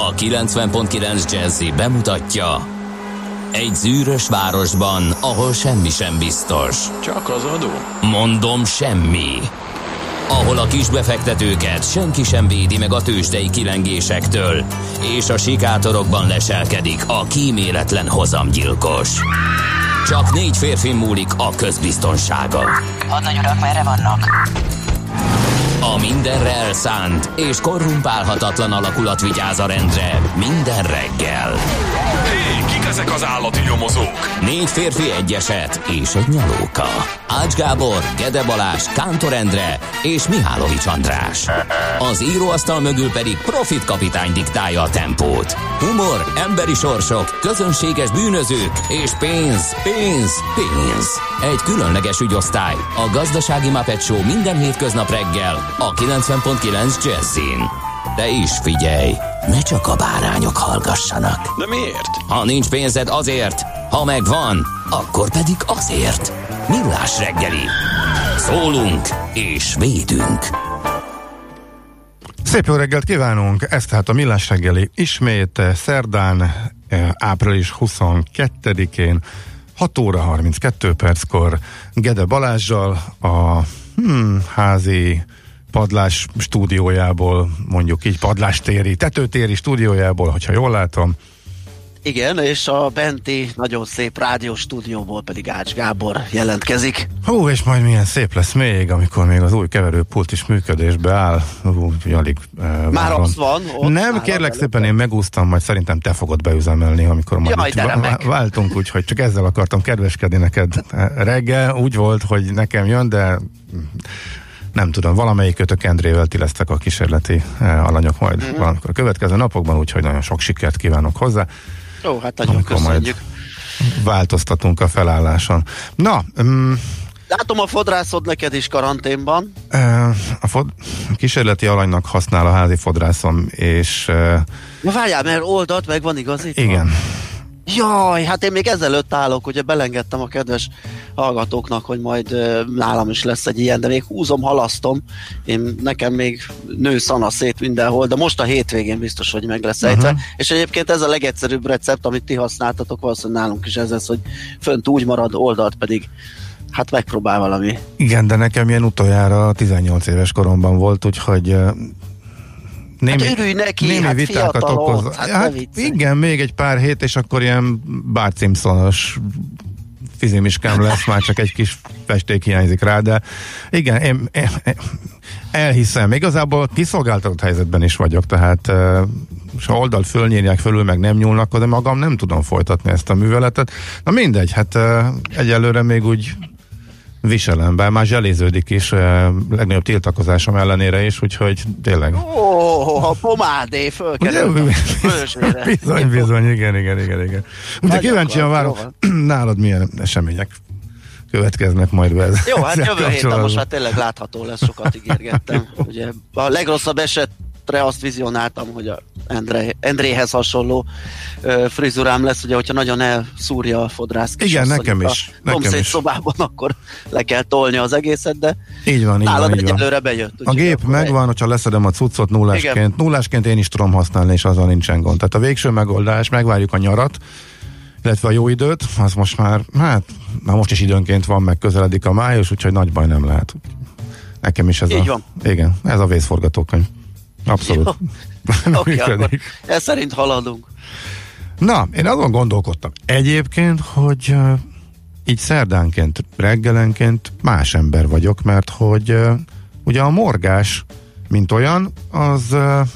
A 90.9 Jazzy bemutatja: egy zűrös városban, ahol semmi sem biztos. Csak az adó? Mondom, semmi. Ahol a kisbefektetőket senki sem védi meg a tőzsdei kilengésektől, és a sikátorokban leselkedik a kíméletlen hozamgyilkos. Csak 4 férfi múlik a közbiztonsága. Hadnagy urak, merre vannak? A mindenre elszánt és korrumpálhatatlan alakulat vigyáz a rendre minden reggel. Hé, kik ezek az állati nyomozók? 4 férfi, egy eset és egy nyalóka. Ács Gábor, Gede Balázs, Kántor Endre és Mihálovics András. Az íróasztal mögül pedig Profit kapitány diktálja a tempót. Humor, emberi sorsok, közönséges bűnözők és pénz, pénz, pénz. Egy különleges ügyosztály, a Gazdasági Muppet Show minden hétköznap reggel a 90.9 Jazzyn. De is figyelj, ne csak a bárányok hallgassanak. De miért? Ha nincs pénzed, azért, ha megvan, akkor pedig azért. Millás reggeli. Szólunk és védünk. Szép jó reggelt kívánunk! Ez tehát a Millás reggeli ismét szerdán, április 22-én 6 óra 32 perckor Gede Balázssal a házi padlás stúdiójából, mondjuk így padlástéri, tetőtéri stúdiójából, hogyha jól látom. Igen, és a benti nagyon szép rádiós stúdióból pedig Ács Gábor jelentkezik. Hú, és majd milyen szép lesz még, amikor még az új keverőpult is működésbe áll. Alig már az van. Nem, kérlek szépen, én megúsztam, majd szerintem te fogod beüzemelni, amikor majd váltunk, úgyhogy csak ezzel akartam kedveskedni neked reggel. Úgy volt, hogy nekem jön, de nem tudom, valamelyikötök Endrével ti lesztek a kísérleti alanyok majd valamikor a következő napokban, úgyhogy nagyon sok sikert kívánok hozzá. Ó, hát nagyon köszönjük. Változtatunk a felálláson. Na, látom, a fodrászod neked is karanténban. A kísérleti alanynak használ a házi fodrászom, és... Ja, várjál, mert oldalt meg van igazítva. Igen. Jaj, hát én még ezelőtt állok, ugye belengedtem a kedves hallgatóknak, hogy majd nálam is lesz egy ilyen, de még húzom, halasztom. Nekem még nő szana szét mindenhol, de most a hétvégén biztos, hogy meg lesz ejtve. És egyébként ez a legegyszerűbb recept, amit ti használtatok, valószínűleg nálunk is ez lesz, hogy fönt úgy marad, oldalt pedig hát megpróbál valami. Igen, de nekem ilyen utoljára 18 éves koromban volt, úgyhogy némi, hát örülj neki, némi hát vitákat okoz. Hát igen, még egy pár hét, és akkor ilyen Bart Simpsonos fizimiskám lesz, már csak egy kis festék hiányzik rá, de igen, én elhiszem. Igazából kiszolgáltatott helyzetben is vagyok, tehát és ha oldalt fölnyírják, fölül meg nem nyúlnak, de magam nem tudom folytatni ezt a műveletet. Na mindegy, hát egyelőre még úgy viselem, bár már zseléződik is, legnagyobb tiltakozásom ellenére is, úgyhogy tényleg. A pomádé fölkerül. Bizony, igen. De kíváncsian várom, nálad milyen események következnek majd be. Jó, hát jövő héten most már tényleg látható lesz, sokat ígérgettem. Ugye a legrosszabb esetre azt vizionáltam, hogy a Endréhez hasonló frizurám lesz, ugye, hogyha nagyon elszúrja a fodrász kis. Igen, nekem is. A szomszéd szobában, akkor le kell tolni az egészet, de így van, nálad egyelőre bejött. A gép megvan, hogyha leszedem a cuccot nullásként én is tudom használni, és azzal nincsen gond. Tehát a végső megoldás, megvárjuk a nyarat, illetve a jó időt, az most már, hát most is időnként van, meg közeledik a május, úgyhogy nagy baj nem lehet. Nekem is ez igen, ez a vészforgatókönyv. Abszolút. Oké, akkor ez szerint haladunk. Na, én azon gondolkodtam egyébként, hogy így szerdánként, reggelenként más ember vagyok, mert hogy ugye a morgás, mint olyan, az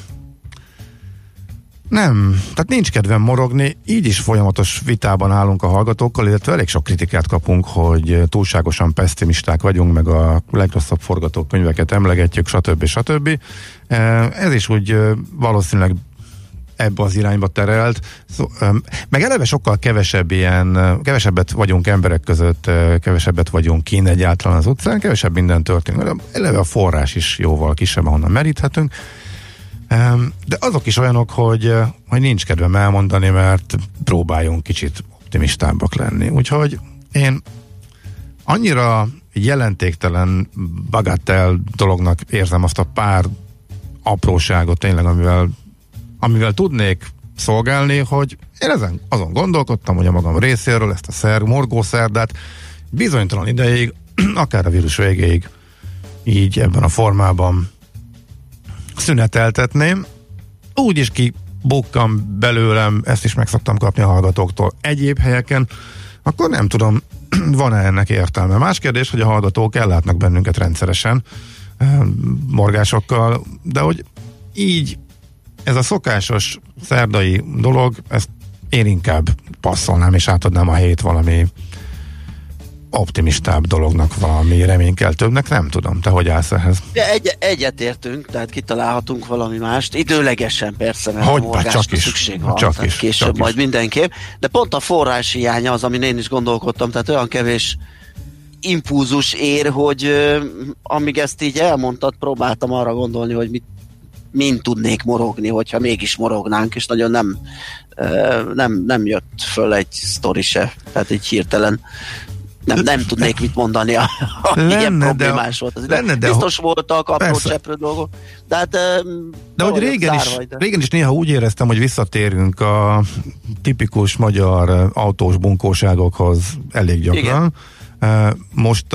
nem, tehát nincs kedvem morogni, így is folyamatos vitában állunk a hallgatókkal, illetve elég sok kritikát kapunk, hogy túlságosan pessimisták vagyunk, meg a legrosszabb forgatókönyveket emlegetjük, stb. Ez is úgy valószínűleg ebbe az irányba terelt. Meg eleve sokkal kevesebbet vagyunk emberek között, kevesebbet vagyunk kint egyáltalán az utcán, kevesebb minden történik. Eleve a forrás is jóval kisebb, ahonnan meríthetünk. De azok is olyanok, hogy nincs kedvem elmondani, mert próbáljunk kicsit optimistábbak lenni. Úgyhogy én annyira jelentéktelen, bagatell dolognak érzem azt a pár apróságot tényleg, amivel tudnék szolgálni, hogy én azon gondolkodtam, hogy a magam részéről ezt a morgószerdát bizonytalan ideig, akár a vírus végéig így ebben a formában szüneteltetném. Úgy is kibukkan belőlem, ezt is meg szoktam kapni a hallgatóktól egyéb helyeken, akkor nem tudom, van-e ennek értelme. Más kérdés, hogy a hallgatók ellátnak bennünket rendszeresen morgásokkal, de hogy így ez a szokásos szerdai dolog, ezt én inkább passzolnám és átadnám a helyét valami optimistább dolognak, valami reménykeltőbbnek, nem tudom. Te hogy állsz ehhez? Egyetértünk, tehát kitalálhatunk valami mást. Időlegesen persze, mert hogy, a morgásra szükség van. Később majd mindenképp. De pont a forrás hiánya az, amin én is gondolkodtam, tehát olyan kevés impulzus ér, hogy amíg ezt így elmondtad, próbáltam arra gondolni, hogy mind tudnék morogni, hogyha mégis morognánk, és nagyon nem jött föl egy sztori se, tehát így hirtelen nem tudnék mit mondani, ilyen problémás volt. Biztos voltak apró cseprő dolgok, de hát de hogy régen is néha úgy éreztem, hogy visszatérünk a tipikus magyar autós bunkóságokhoz elég gyakran. Igen. Most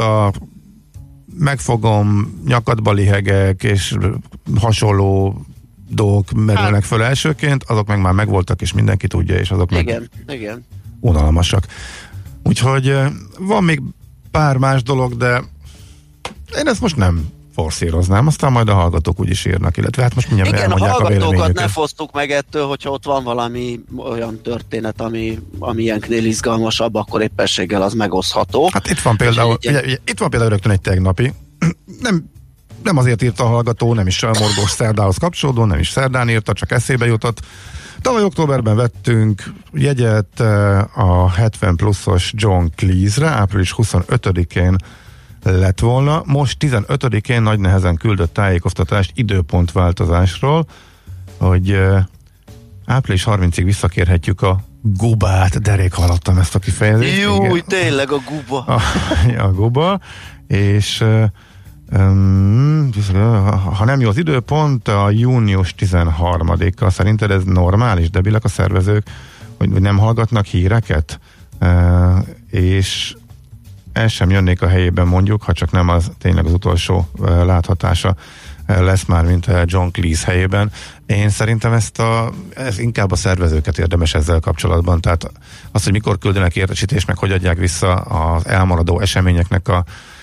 megfogom, nyakadba lihegek, és hasonló dolgok merülnek föl elsőként, azok meg már megvoltak, és mindenki tudja, és azok meg unalmasak. Úgyhogy van még pár más dolog, de én ezt most nem forszíroznám, aztán majd a hallgatók úgyis írnak, illetve hát most mindjárt elmondják a véleményüket. A hallgatókat ne fosztuk meg ettől, hogyha ott van valami olyan történet, ami ilyenknél izgalmasabb, akkor éppességgel az megosztható. Hát itt van például, itt van például rögtön egy tegnapi, nem azért írta a hallgató, nem is a morgós szerdához kapcsolódó, nem is szerdán írta, csak eszébe jutott. Tavaly októberben vettünk jegyet a 70 pluszos John Cleese-re, április 25-én lett volna. Most 15-én nagy nehezen küldött tájékoztatást időpontváltozásról, hogy április 30-ig visszakérhetjük a gubát, derék hallottam ezt a kifejezést. Jó, tényleg a guba. A guba, és ha nem jó az időpont, a június 13-a, szerinted ez normális, debilek a szervezők, hogy nem hallgatnak híreket, és el sem jönnék a helyében mondjuk, ha csak nem az tényleg az utolsó láthatása lesz már, mint John Cleese helyében. Én szerintem ez inkább a szervezőket érdemes ezzel kapcsolatban, tehát az, hogy mikor küldenek értesítést, meg hogy adják vissza az elmaradó eseményeknek a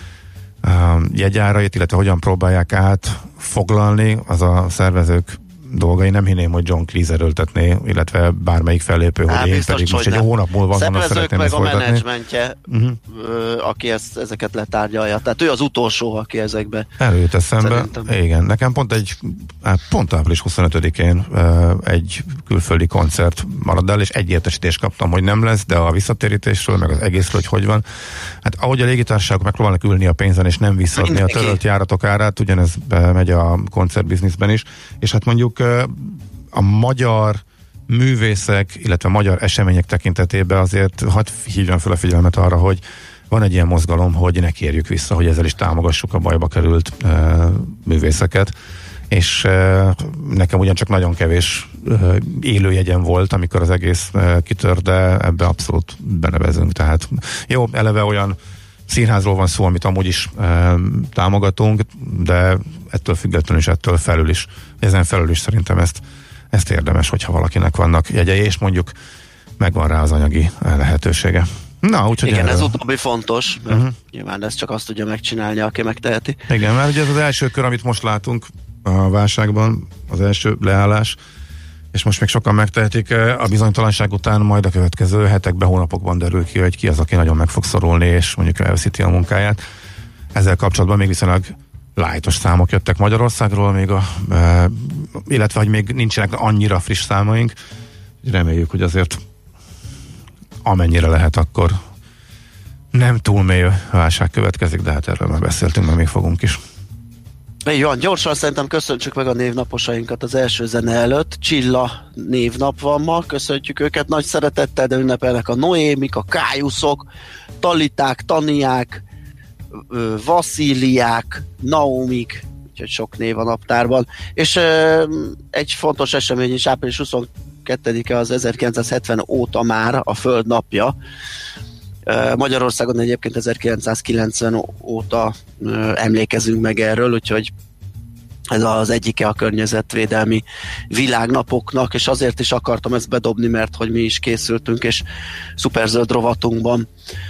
jegyárait, illetve hogyan próbálják átfoglalni, az a szervezők dolga. Én nem hinném, hogy John Cleese erőltetné, illetve bármelyik fellépő, hogy én pedig most egy hónap múlva azonnal szeretném ezt folytatni. Szervezők meg a menedzsmentje, aki ezeket letárgyalja. Tehát ő az utolsó, aki ezekbe. Előjött eszembe. Igen, nekem pont április 25-én egy külföldi koncert marad el, és egy értesítést kaptam, hogy nem lesz, de a visszatérítésről, meg az egészről, hogy van. Hát ahogy a légitársaságok megpróbálnak ülni a pénzen, és nem visszaadni a törölt járatok árát, ugyanez megy a koncertbizniszben is, és hát mondjuk a magyar művészek, illetve magyar események tekintetében azért hadd hívjam fel a figyelmet arra, hogy van egy ilyen mozgalom, hogy ne kérjük vissza, hogy ezzel is támogassuk a bajba került művészeket, és nekem ugyancsak nagyon kevés élőjegyen volt, amikor az egész kitört, de ebbe abszolút benevezünk. Tehát jó, eleve olyan színházról van szó, amit amúgy is támogatunk, de ettől függetlenül és ettől felül is, ezen felül is szerintem ezt érdemes, hogyha valakinek vannak jegyei, és mondjuk megvan rá az anyagi lehetősége. Na, úgyhogy igen, ez utóbbi fontos, mert nyilván ezt csak azt tudja megcsinálni, aki megteheti. Igen, mert ugye ez az első kör, amit most látunk a válságban, az első leállás, és most még sokan megtehetik, a bizonytalanság után majd a következő hetekben, hónapokban derül ki, hogy ki az, aki nagyon meg fog szorulni, és mondjuk elveszíti a munkáját. Ezzel kapcsolatban még viszonylag lájtos számok jöttek Magyarországról, még illetve, hogy még nincsenek annyira friss számaink. Reméljük, hogy azért amennyire lehet, akkor nem túl mély válság következik, de hát erről már beszéltünk, meg még fogunk is. Így van, gyorsan szerintem köszöntsük meg a névnaposainkat az első zene előtt. Csilla névnap van ma, köszöntjük őket nagy szeretettel, de ünnepelnek a Noémik, a Kájuszok, Taliták, Taniák, Vaszíliák, Naomik, úgyhogy sok név a naptárban. És egy fontos esemény is, április 22-e az 1970 óta már a Föld napja. Magyarországon egyébként 1990 óta emlékezünk meg erről, úgyhogy ez az egyike a környezetvédelmi világnapoknak, és azért is akartam ezt bedobni, mert hogy mi is készültünk, és szuperzöld rovatunkban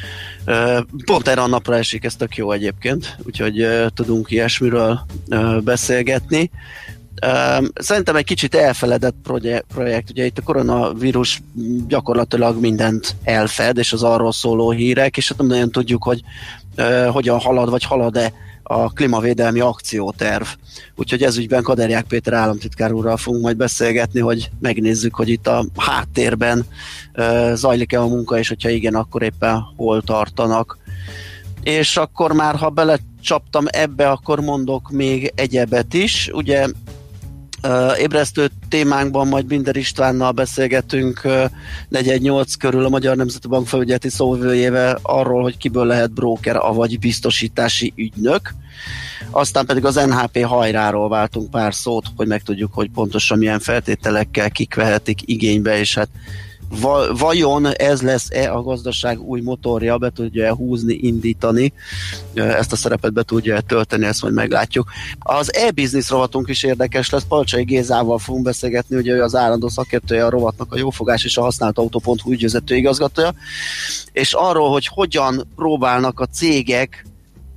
pont erre a napra esik, ez tök jó egyébként, úgyhogy tudunk ilyesmiről beszélgetni. Szerintem egy kicsit elfeledett projekt, ugye itt a koronavírus gyakorlatilag mindent elfed, és az arról szóló hírek, és hát nem nagyon tudjuk, hogy hogyan halad, vagy halad-e a klímavédelmi akcióterv. Úgyhogy ez ügyben Kaderják Péter államtitkár úrral fogunk majd beszélgetni, hogy megnézzük, hogy itt a háttérben zajlik-e a munka, és hogyha igen, akkor éppen hol tartanak. És akkor már, ha belecsaptam ebbe, akkor mondok még egyebet is. Ugye ébresztő témánkban majd Binder Istvánnal beszélgetünk 418 körül a Magyar Nemzeti Bank felügyeleti szóvivőjével arról, hogy kiből lehet bróker, avagy biztosítási ügynök. Aztán pedig az NHP hajráról váltunk pár szót, hogy megtudjuk, hogy pontosan milyen feltételekkel kik vehetik igénybe, és hát vajon ez lesz-e a gazdaság új motorja, be tudja-e húzni, indítani, ezt a szerepet be tudja-e tölteni, ezt majd meglátjuk. Az e-business rovatunk is érdekes lesz, Palcsai Gézával fogunk beszélgetni, ugye ő az állandó szakértője a rovatnak, a Jófogás és a használtautó.hu ügyvezető igazgatója, és arról, hogy hogyan próbálnak a cégek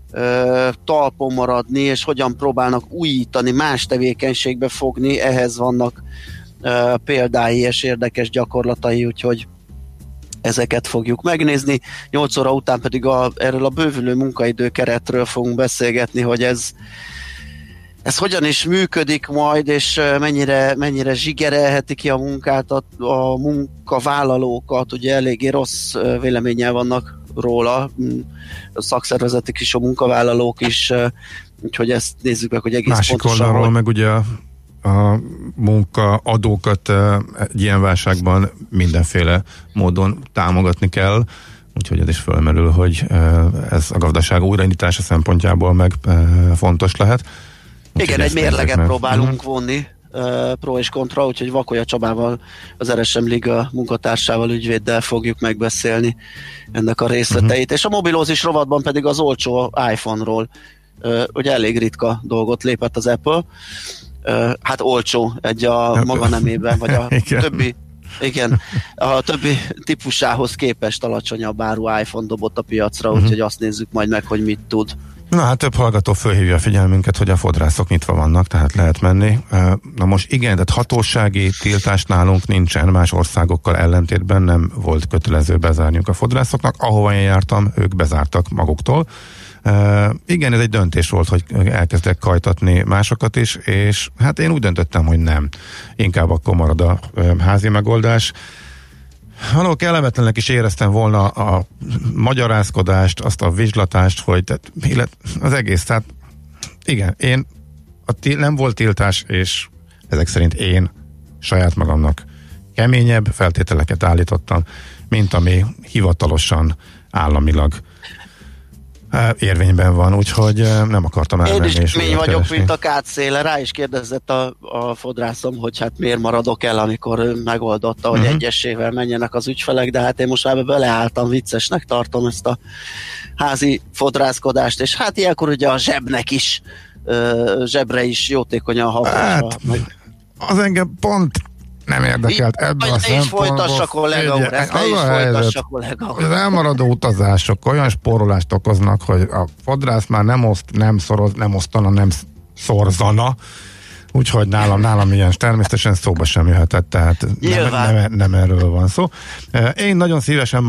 talpon maradni, és hogyan próbálnak újítani, más tevékenységbe fogni, ehhez vannak példái és érdekes gyakorlatai, úgyhogy ezeket fogjuk megnézni. 8 óra után pedig erről a bővülő munkaidő keretről fogunk beszélgetni, hogy ez hogyan is működik majd, és mennyire zsigerelheti ki a munkát, a munkavállalókat, ugye eléggé rossz véleménnyel vannak róla, a szakszervezetek is, a munkavállalók is, úgyhogy ezt nézzük meg, hogy egész másik pontosan. Másik oldalról meg ugye a munkaadókat egy ilyen válságban mindenféle módon támogatni kell, úgyhogy ez is fölmerül, hogy ez a gazdaság újraindítása szempontjából meg fontos lehet. Igen, egy mérleget próbálunk vonni, pro és kontra, úgyhogy Vakolya Csabával, az RSM Liga munkatársával, ügyvéddel fogjuk megbeszélni ennek a részleteit, és a mobilózis rovatban pedig az olcsó iPhone-ról, ugye elég ritka dolgot lépett az Apple, hát olcsó egy a maga nemében, vagy a többi, igen, a többi típusához képest alacsonyabb áru iPhone dobott a piacra, úgyhogy azt nézzük majd meg, hogy mit tud. Na hát több hallgató fölhívja a figyelmünket, hogy a fodrászok nyitva vannak, tehát lehet menni. Na most igen, tehát hatósági tiltás nálunk nincsen, más országokkal ellentétben nem volt kötelező bezárniuk a fodrászoknak. Ahova én jártam, ők bezártak maguktól. Igen, ez egy döntés volt, hogy elkezdek kajtatni másokat is, és hát én úgy döntöttem, hogy nem. Inkább akkor marad a házi megoldás. Valahol kellemetlenek is éreztem volna a magyarázkodást, azt a vizslatást, hogy az egész, tehát igen, nem volt tiltás, és ezek szerint én saját magamnak keményebb feltételeket állítottam, mint ami hivatalosan államilag érvényben van, úgyhogy nem akartam elmenni. Én is kemény vagyok, mint a kátszéle. Rá is kérdezett a fodrászom, hogy hát miért maradok el, amikor ő megoldotta, hogy egyesével menjenek az ügyfelek, de hát én most már beleálltam, viccesnek tartom ezt a házi fodrászkodást, és hát ilyenkor ugye a zsebnek is, zsebre is jótékonyan hatása. Hát, az engem pont nem érdekelt ebből a szempontból. Folytassa kollega úr, ezt ne is folytassa kollega úr. Az elmaradó utazások olyan spórolást okoznak, hogy a fodrász már nem osztana, nem szorzana, úgyhogy nálam ilyen természetesen szóba sem jöhetett, tehát nem erről van szó. Én nagyon szívesen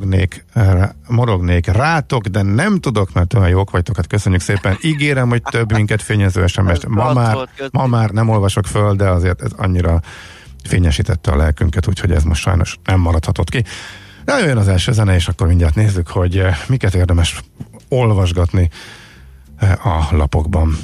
morognék rátok, de nem tudok, mert olyan jók vagytok, hát köszönjük szépen. Ígérem, hogy több minket fényező SMS-t. Ma már nem olvasok föl, de azért ez annyira fényesítette a lelkünket, úgyhogy ez most sajnos nem maradhatott ki. De jöjjön az első zene, és akkor mindjárt nézzük, hogy miket érdemes olvasgatni a lapokban.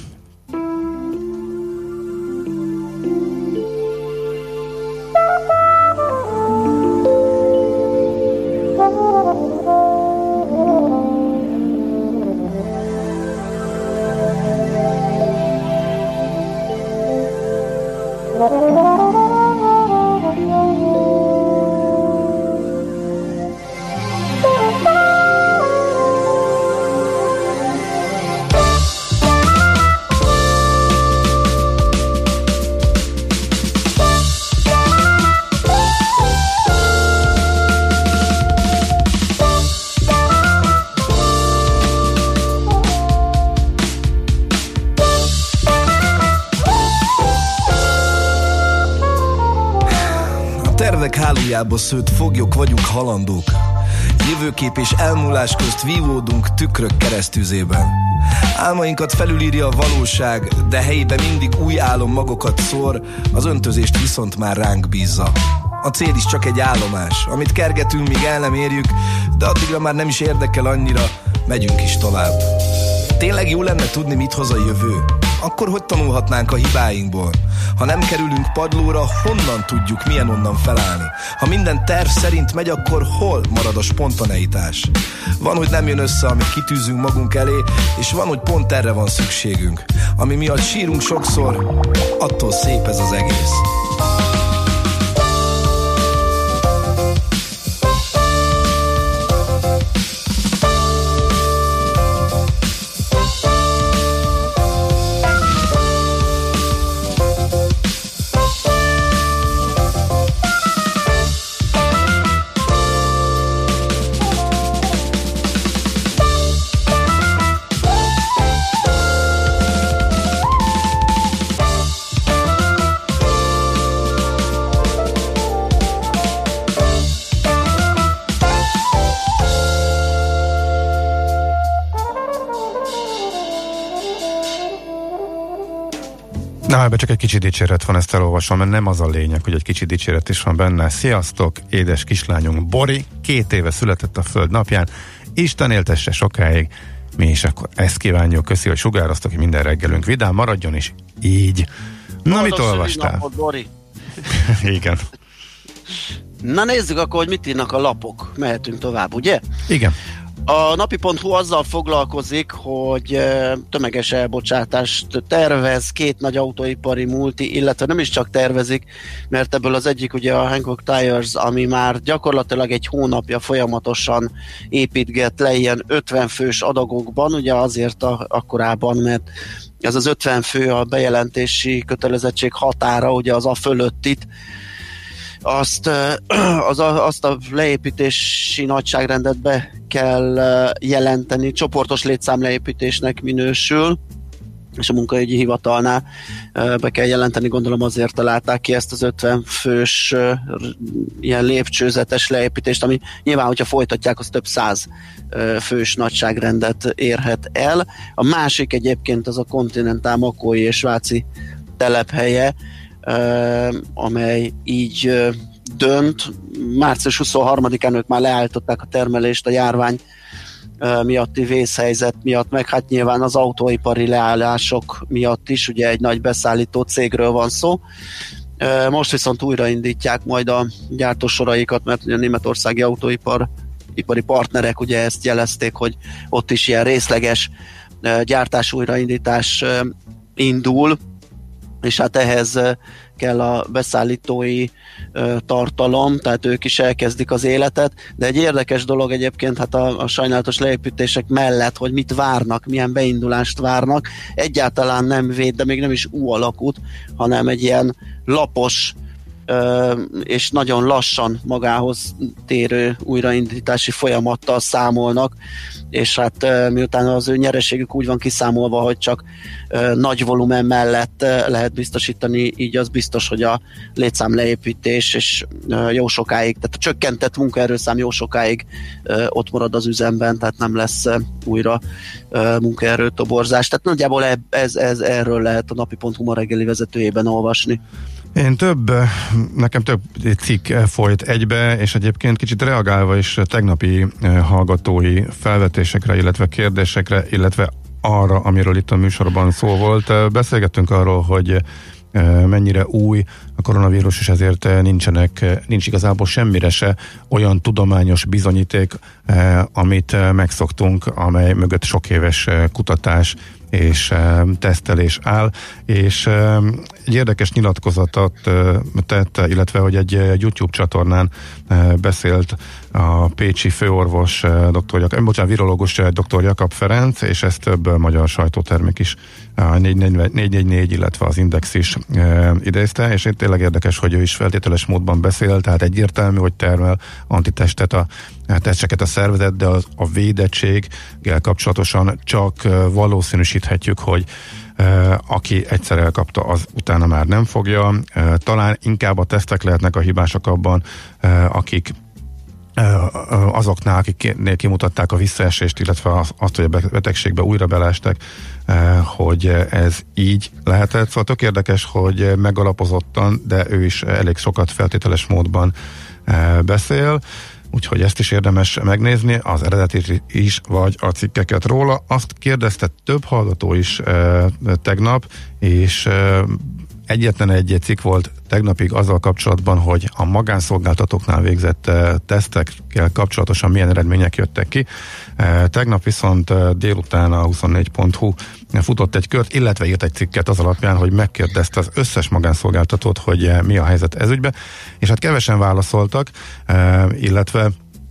Hálójába szőtt foglyok vagyunk halandók. Jövőkép és elmúlás közt vívódunk tükrök keresztüzében. Álmainkat felülírja a valóság, de helyében mindig új álommagokat szór, az öntözést viszont már ránk bízza. A cél is csak egy állomás, amit kergetünk, míg el nem érjük, de addigra már nem is érdekel annyira, megyünk is tovább. Tényleg jó lenne tudni, mit hoz a jövő? Akkor hogy tanulhatnánk a hibáinkból? Ha nem kerülünk padlóra, honnan tudjuk, milyen onnan felállni? Ha minden terv szerint megy, akkor hol marad a spontaneitás? Van, hogy nem jön össze, amit kitűzünk magunk elé, és van, hogy pont erre van szükségünk. Ami miatt sírunk sokszor, attól szép ez az egész. Na, ebben csak egy kicsi dicséret van, ezt elolvasom, mert nem az a lényeg, hogy egy kicsi dicséret is van benne. Sziasztok, édes kislányunk Bori, 2 éve született a Föld napján, Isten éltesse sokáig, mi is akkor ezt kívánjuk, köszi, hogy sugároztok, hogy minden reggelünk vidám maradjon is, így. Na, mit olvastál? Napot, Bori. Igen. Na nézzük akkor, hogy mit írnak a lapok. Mehetünk tovább, ugye? Igen. A napi.hu azzal foglalkozik, hogy tömeges elbocsátást tervez 2 nagy autóipari multi, illetve nem is csak tervezik, mert ebből az egyik ugye a Hankook Tires, ami már gyakorlatilag egy hónapja folyamatosan építget le ilyen 50 fős adagokban, ugye azért akkorában, mert ez az 50 fő a bejelentési kötelezettség határa, ugye az a fölöttit, azt a leépítési nagyságrendet be kell jelenteni, csoportos létszám leépítésnek minősül, és a munkaügyi hivatalnál be kell jelenteni, gondolom azért találták ki ezt az 50 fős ilyen lépcsőzetes leépítést, ami nyilván, hogyha folytatják, az több 100 fős nagyságrendet érhet el. A másik egyébként az a Continental makói és svájci telephelye, amely így dönt. Március 23-án ők már leállították a termelést a járvány miatti vészhelyzet miatt, meg hát nyilván az autóipari leállások miatt is, ugye egy nagy beszállító cégről van szó. Most viszont újraindítják majd a gyártósoraikat, mert ugye a németországi autóipari partnerek ugye ezt jelezték, hogy ott is ilyen részleges gyártás újraindítás indul, és hát ehhez kell a beszállítói tartalom, tehát ők is elkezdik az életet, de egy érdekes dolog egyébként, hát a sajnálatos leépítések mellett, hogy mit várnak, milyen beindulást várnak, egyáltalán nem véd, de még nem is alakút, hanem egy ilyen lapos és nagyon lassan magához térő újraindítási folyamattal számolnak, és hát miután az ő nyereségük úgy van kiszámolva, hogy csak nagy volumen mellett lehet biztosítani, így az biztos, hogy a létszám leépítés és jó sokáig, tehát a csökkentett munkaerőszám jó sokáig ott marad az üzemben, tehát nem lesz újra munkaerőtoborzás. Tehát nagyjából erről lehet a napi.hu ma reggeli vezetőjében olvasni. Nekem több cikk folyt egybe, és egyébként kicsit reagálva is tegnapi hallgatói felvetésekre, illetve kérdésekre, illetve arra, amiről itt a műsorban szó volt. Beszélgettünk arról, hogy mennyire új a koronavírus, és ezért nincs igazából semmire se olyan tudományos bizonyíték, amit megszoktunk, amely mögött sok éves kutatás és tesztelés áll, és egy érdekes nyilatkozatot tett, illetve hogy egy YouTube csatornán beszélt a pécsi főorvos, virológus dr. Jakab Ferenc, és ezt több magyar sajtótermék is, a 444, illetve az Index is idézte, és itt tényleg érdekes, hogy ő is feltételes módban beszél, tehát egyértelmű, hogy termel teszteket a szervezet, de a védettséggel kapcsolatosan csak valószínűsíthetjük, hogy aki egyszer elkapta, az utána már nem fogja. Talán inkább a tesztek lehetnek a hibásak abban, akik azoknál, akiknél kimutatták a visszaesést, illetve azt, hogy a betegségbe újra belestek, hogy ez így lehetett. Szóval tök érdekes, hogy megalapozottan, de ő is elég sokat feltételes módban beszél, úgyhogy ezt is érdemes megnézni, az eredetit is, vagy a cikkeket róla. Azt kérdezte több hallgató is tegnap, és egyetlen egy cikk volt tegnapig azzal kapcsolatban, hogy a magánszolgáltatóknál végzett tesztekkel kapcsolatosan milyen eredmények jöttek ki. Tegnap viszont délután a 24.hu futott egy kört, illetve írt egy cikket az alapján, hogy megkérdezte az összes magánszolgáltatót, hogy mi a helyzet ez ügyben, és hát kevesen válaszoltak, illetve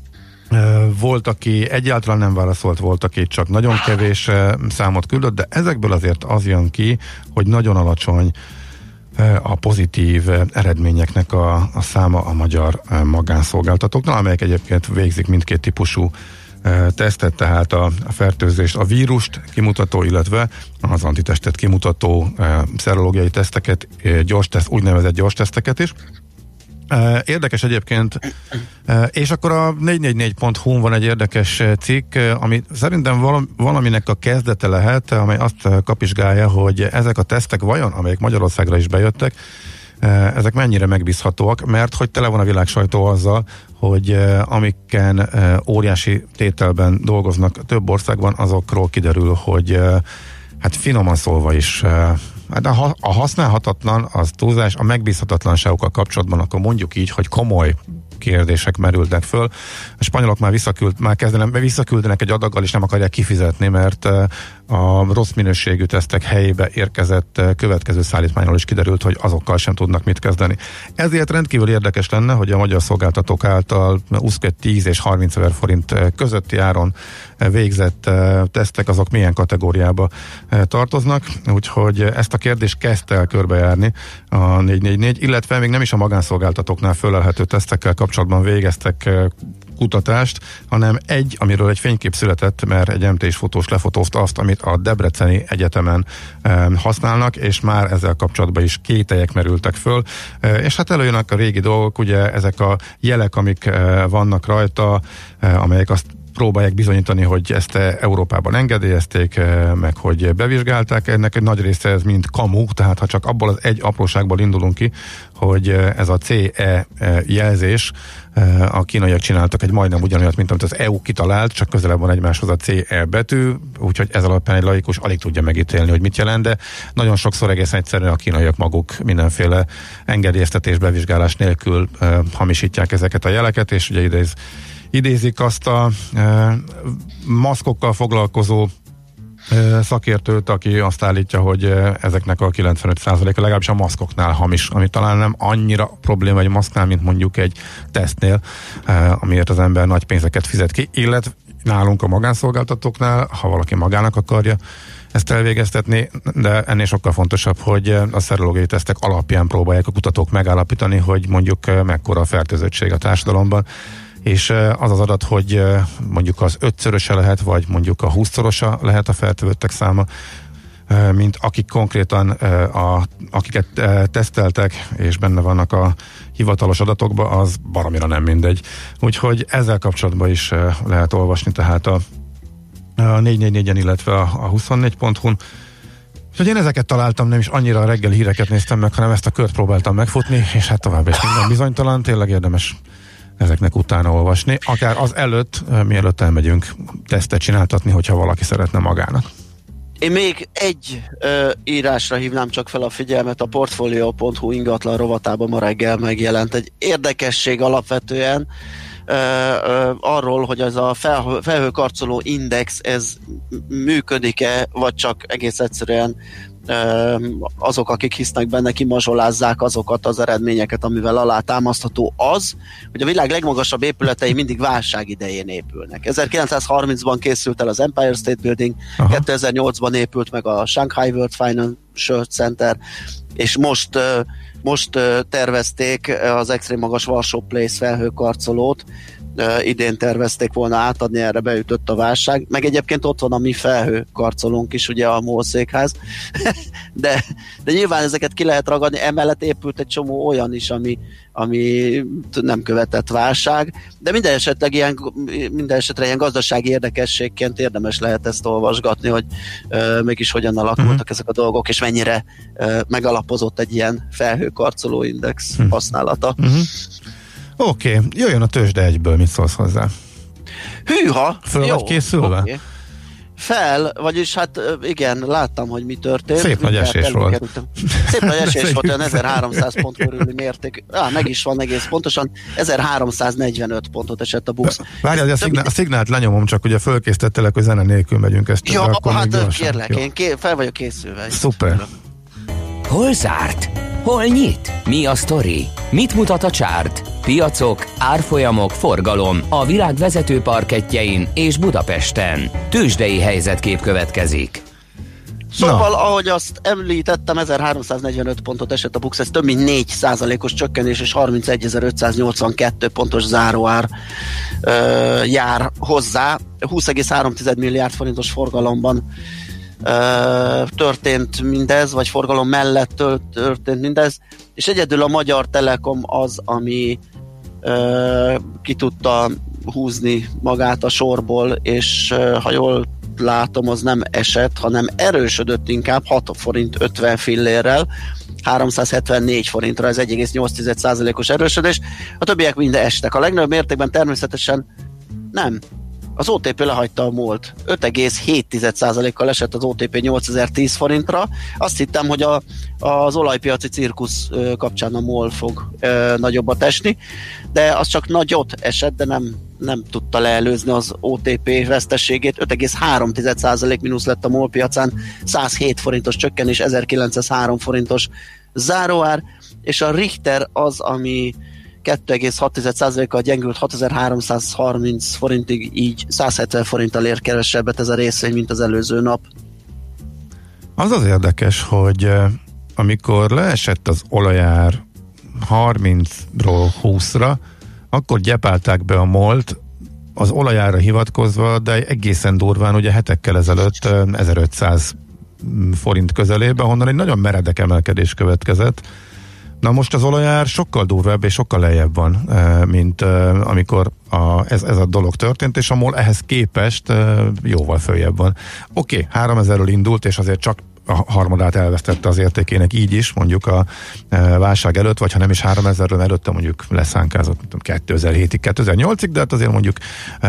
volt, aki egyáltalán nem válaszolt, volt, aki csak nagyon kevés számot küldött, de ezekből azért az jön ki, hogy nagyon alacsony a pozitív eredményeknek a száma a magyar magánszolgáltatóknál, amelyek egyébként végzik mindkét típusú tesztet, tehát a fertőzést, a vírust kimutató, illetve az antitestet kimutató szerológiai teszteket, úgynevezett gyors teszteket is. Érdekes egyébként, és akkor a 444.hu-n van egy érdekes cikk, ami szerintem valaminek a kezdete lehet, amely azt kapizsgálja, hogy ezek a tesztek vajon, amelyek Magyarországra is bejöttek, ezek mennyire megbízhatóak, mert hogy tele van a világ sajtó azzal, hogy amiken óriási tételben dolgoznak több országban, azokról kiderül, hogy hát finoman szólva is a használhatatlan, az túlzás, a megbízhatatlanságokkal kapcsolatban, akkor mondjuk így, hogy komoly kérdések merültek föl. A spanyolok már visszaküldenek egy adaggal, és nem akarják kifizetni, mert a rossz minőségű tesztek helyébe érkezett következő szállítmányról is kiderült, hogy azokkal sem tudnak mit kezdeni. Ezért rendkívül érdekes lenne, hogy a magyar szolgáltatók által 10 és 30 ezer forint közötti áron végzett tesztek, azok milyen kategóriába tartoznak, úgyhogy ezt a kérdést kezdte el körbejárni a 444, illetve még nem is a magánszolgáltatóknál fölelhető tesztekkel kapcsolatban végeztek kutatást, hanem amiről egy fénykép született, mert egy MT-s fotós lefotózta azt, amit a Debreceni Egyetemen használnak, és már ezzel kapcsolatban is kételyek merültek föl, és hát előjönnek a régi dolgok, ugye ezek a jelek, amik vannak rajta, amelyek azt próbálják bizonyítani, hogy ezt Európában engedélyezték, meg hogy bevizsgálták. Ennek egy nagy része ez mind kamu, tehát ha csak abból az egy apróságból indulunk ki, hogy ez a CE jelzés, a kínaiak csináltak egy majdnem ugyanolyat, mint amit az EU kitalált, csak közelebb van egymáshoz a CE betű, úgyhogy ez alapján egy laikus alig tudja megítélni, hogy mit jelent, de nagyon sokszor egész egyszerűen a kínaiak maguk mindenféle engedélyeztetés, bevizsgálás nélkül hamisítják ezeket a jeleket, és ugye idézik azt a maszkokkal foglalkozó szakértőt, aki azt állítja, hogy ezeknek a 95%-a legalábbis a maszkoknál hamis, ami talán nem annyira probléma egy maszknál, mint mondjuk egy tesztnél, amiért az ember nagy pénzeket fizet ki, illetve nálunk a magánszolgáltatóknál, ha valaki magának akarja ezt elvégeztetni, de ennél sokkal fontosabb, hogy a szerológiai tesztek alapján próbálják a kutatók megállapítani, hogy mondjuk mekkora a fertőzöttség a társadalomban, és az az adat, hogy mondjuk az 5-szöröse lehet, vagy mondjuk a 20-szorosa lehet a fertőzöttek száma, mint akik konkrétan akiket teszteltek, és benne vannak a hivatalos adatokban, az baromira nem mindegy. Úgyhogy ezzel kapcsolatban is lehet olvasni, tehát a 444-en, illetve a 24.hu-n. Úgyhogy én ezeket találtam, nem is annyira a reggeli híreket néztem meg, hanem ezt a kört próbáltam megfutni, és hát tovább is minden bizonytalan, tényleg érdemes ezeknek utána olvasni, akár az előtt, mielőtt elmegyünk tesztet csináltatni, hogyha valaki szeretne magának. Én még egy írásra hívnám csak fel a figyelmet, a Portfolio.hu ingatlan rovatában ma reggel megjelent egy érdekesség alapvetően. arról, hogy ez a felhőkarcoló index, ez működik-e, vagy csak egész egyszerűen azok, akik hisznek benne, kimazsolázzák azokat az eredményeket, amivel alátámasztható az, hogy a világ legmagasabb épületei mindig válság idején épülnek. 1930-ban készült el az Empire State Building, 2008-ban épült meg a Shanghai World Financial Center, és most tervezték az extrém magas Warsaw Place felhőkarcolót, idén tervezték volna átadni, erre beütött a válság, meg egyébként ott van a mi felhőkarcolónk is, ugye a MOL székház, de nyilván ezeket ki lehet ragadni, emellett épült egy csomó olyan is, ami nem követett válság, de minden esetre ilyen gazdasági érdekességként érdemes lehet ezt olvasgatni, hogy mégis hogyan alakultak ezek a dolgok, és mennyire megalapozott egy ilyen felhőkarcoló index használata. Oké, jöjjön a tőzsde egyből, mit szólsz hozzá? Hűha! Föl vagy készülve? Okay. Vagyis hát igen, láttam, hogy mi történt. Szép nagy esés volt. Szép nagy esés volt, olyan 1300 pont körüli mérték. Meg is van egész pontosan, 1345 pontot esett a BUX. Várjál, a szignált lenyomom, csak ugye fölkészítettelek, hogy zene nélkül megyünk ezt. Jó, hát kérlek, én fel vagyok készülve. Szuper. Hol zárt? Hol nyit? Mi a sztori? Mit mutat a csárt? Piacok, árfolyamok, forgalom a világ vezető parkettjein és Budapesten. Tőzsdei helyzetkép következik. Szóval, ahogy azt említettem, 1345 pontot esett a BUX, ez több mint 4%-os csökkenés, és 31.582 pontos záróár jár hozzá. 20,3 milliárd forintos forgalomban történt mindez, vagy forgalom mellett történt mindez, és egyedül a Magyar Telekom az, ami ki tudta húzni magát a sorból, és ha jól látom, az nem esett, hanem erősödött inkább 6 forint 50 fillérrel, 374 forintra, ez 1,8%-os erősödés, a többiek mind estek. A legnagyobb mértékben természetesen nem. Az OTP lehagyta a MOL-t. 5,7%-kal esett az OTP 8010 forintra. Azt hittem, hogy az olajpiaci cirkusz kapcsán a MOL fog nagyobbat esni, de az csak nagyot esett, de nem tudta leelőzni az OTP veszteségét. 5,3% mínusz lett a MOL piacán, 107 forintos csökkenés, 1903 forintos záróár, és a Richter az, ami 2,6%-kal gyengült 6330 forintig, így 170 forinttal ér kevesebbet ez a részvény, mint az előző nap. Az érdekes, hogy amikor leesett az olajár 30-ról 20-ra, akkor gyepálták be a MOL-t az olajára hivatkozva, de egészen durván, ugye hetekkel ezelőtt 1500 forint közelében, honnan egy nagyon meredek emelkedés következett. Na most az olajár sokkal durvább és sokkal lejjebb van, mint amikor ez a dolog történt, és a MOL ehhez képest jóval följebb van. Oké, 3000-ről indult, és azért csak a harmadát elvesztette az értékének így is, mondjuk a válság előtt, vagy ha nem is 3000-ről előtte mondjuk leszánkázott 2007-ig, 2008-ig, de hát azért mondjuk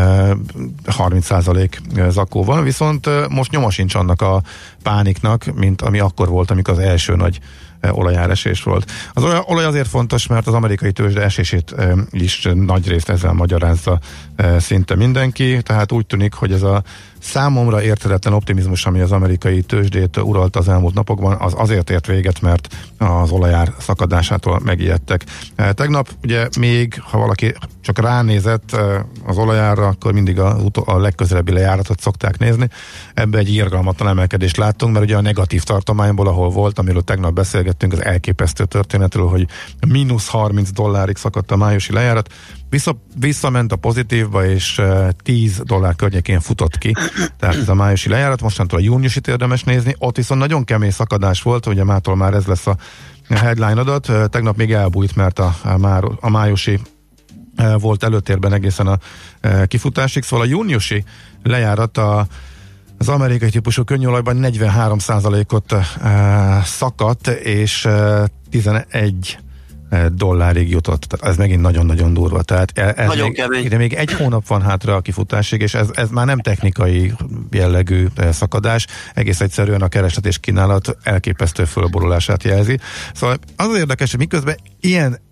30% zakó van, viszont most nyoma sincs annak a pániknak, mint ami akkor volt, amikor az első nagy olajáresés volt. Az olaj azért fontos, mert az amerikai tőzsde esését is nagy részt ezzel magyarázza szinte mindenki, tehát úgy tűnik, hogy ez a számomra érthetetlen optimizmus, ami az amerikai tőzsdét uralta az elmúlt napokban, az azért ért véget, mert az olajár szakadásától megijedtek. Tegnap ugye még, ha valaki csak ránézett az olajárra, akkor mindig a legközelebbi lejáratot szokták nézni. Ebbe egy irgalmatlan emelkedést láttunk, mert ugye a negatív tartományból, ahol volt, amiről tegnap beszélgettünk, az elképesztő történetről, hogy mínusz $30 szakadt a májusi lejárat, visszament a pozitívba, és $10 környékén futott ki. Tehát ez a májusi lejárat, mostantól a júniusit érdemes nézni. Ott viszont nagyon kemény szakadás volt, ugye mától már ez lesz a headline adat. Tegnap még elbújt, mert a májusi volt előtérben egészen a kifutásig. Szóval a júniusi lejárat az amerikai típusú könnyűolajban 43%-ot szakadt, és $11 jutott. Tehát ez megint nagyon-nagyon durva. Tehát ez még egy hónap van hátra a kifutásig, és ez már nem technikai jellegű szakadás, egész egyszerűen a kereslet és kínálat elképesztő fölborulását jelzi. Szóval az érdekes, hogy miközben ilyen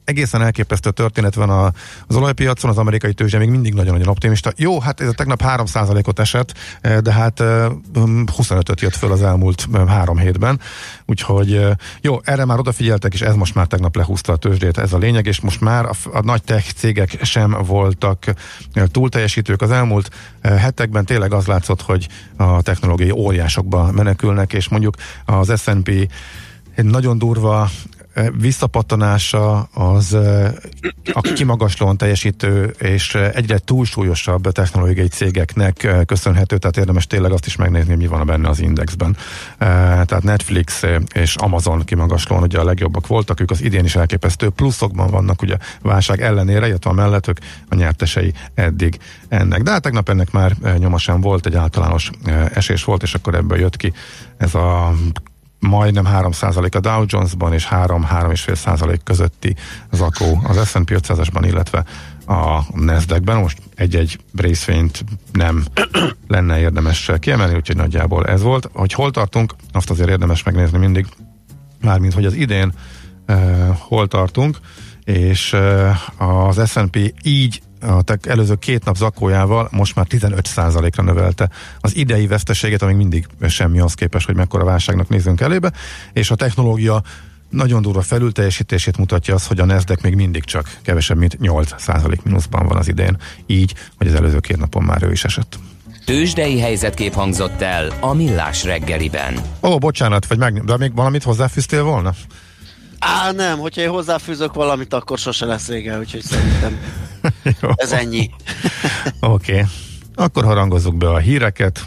egészen elképesztő történet van az olajpiacon, az amerikai tőzsde még mindig nagyon-nagyon optimista. Jó, hát ez a tegnap 3%-ot esett, de hát 25-öt jött föl az elmúlt 3 hétben, úgyhogy jó, erre már odafigyeltek, és ez most már tegnap lehúzta a tőzsdét, ez a lényeg, és most már a nagy tech cégek sem voltak túlteljesítők. Az elmúlt hetekben tényleg az látszott, hogy a technológiai óriásokba menekülnek, és mondjuk az S&P egy nagyon durva visszapattanása az a kimagaslóan teljesítő és egyre túlsúlyosabb technológiai cégeknek köszönhető, tehát érdemes tényleg azt is megnézni, mi van benne az indexben. Tehát Netflix és Amazon kimagaslóan ugye a legjobbak voltak, ők az idén is elképesztő pluszokban vannak, ugye válság ellenére, illetve mellett ők a nyertesei eddig ennek. De hát tegnap ennek már nyoma sem volt, egy általános esés volt, és akkor ebből jött ki ez a majdnem 3% a Dow Jones-ban és 3-3,5% közötti zakó az S&P 500-asban, illetve a Nasdaq-ben. Most egy-egy részvényt nem lenne érdemes kiemelni, úgyhogy nagyjából ez volt. Hogy hol tartunk, azt azért érdemes megnézni mindig, mármint hogy az idén hol tartunk, és az S&P így a előző 2 nap zakójával most már 15%-ra növelte az idei veszteséget, amíg mindig semmi az képest, hogy mekkora válságnak nézünk elébe, és a technológia nagyon durva felülteljesítését mutatja az, hogy a Nasdaq még mindig csak kevesebb, mint 8% mínuszban van az idén, így, hogy az előző 2 napon már ő is esett. Tőzsdei helyzetkép hangzott el a Millás reggeliben. Bocsánat, de még valamit hozzáfűztél volna? Nem, hogyha én hozzáfűzök valamit, akkor sose lesz vége, úgyhogy szerintem ez ennyi. Oké. Akkor harangozzuk be a híreket.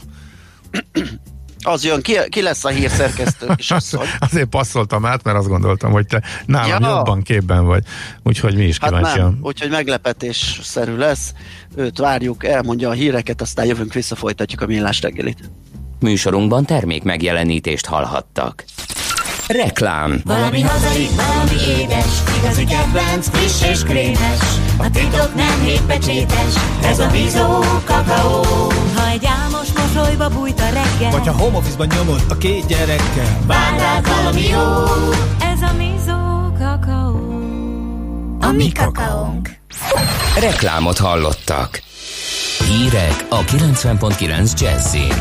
Az jön, ki lesz a hírszerkesztő kisasszony? Azért passzoltam át, mert azt gondoltam, hogy te nálam jobban képben vagy. Úgyhogy mi is kíváncsian. Nem, úgyhogy meglepetésszerű lesz. Őt várjuk, elmondja a híreket, aztán jövünk vissza, folytatjuk a Millás reggelit. Műsorunkban termék megjelenítést hallhattak. Reklám. Valami hazai, valami édes, igazi kedvenc, friss és krémes. A titok nem hétpecsétes, ez a Bizó kakaó. Ha egy álmos mosolyba bújt a reggel, vagy ha home office-ban nyomod a 2 gyerekkel, vár rád valami jó, ez a Bizó kakaó. A mi kakaónk. Reklámot hallottak. Hírek a 90.9 Jazzin.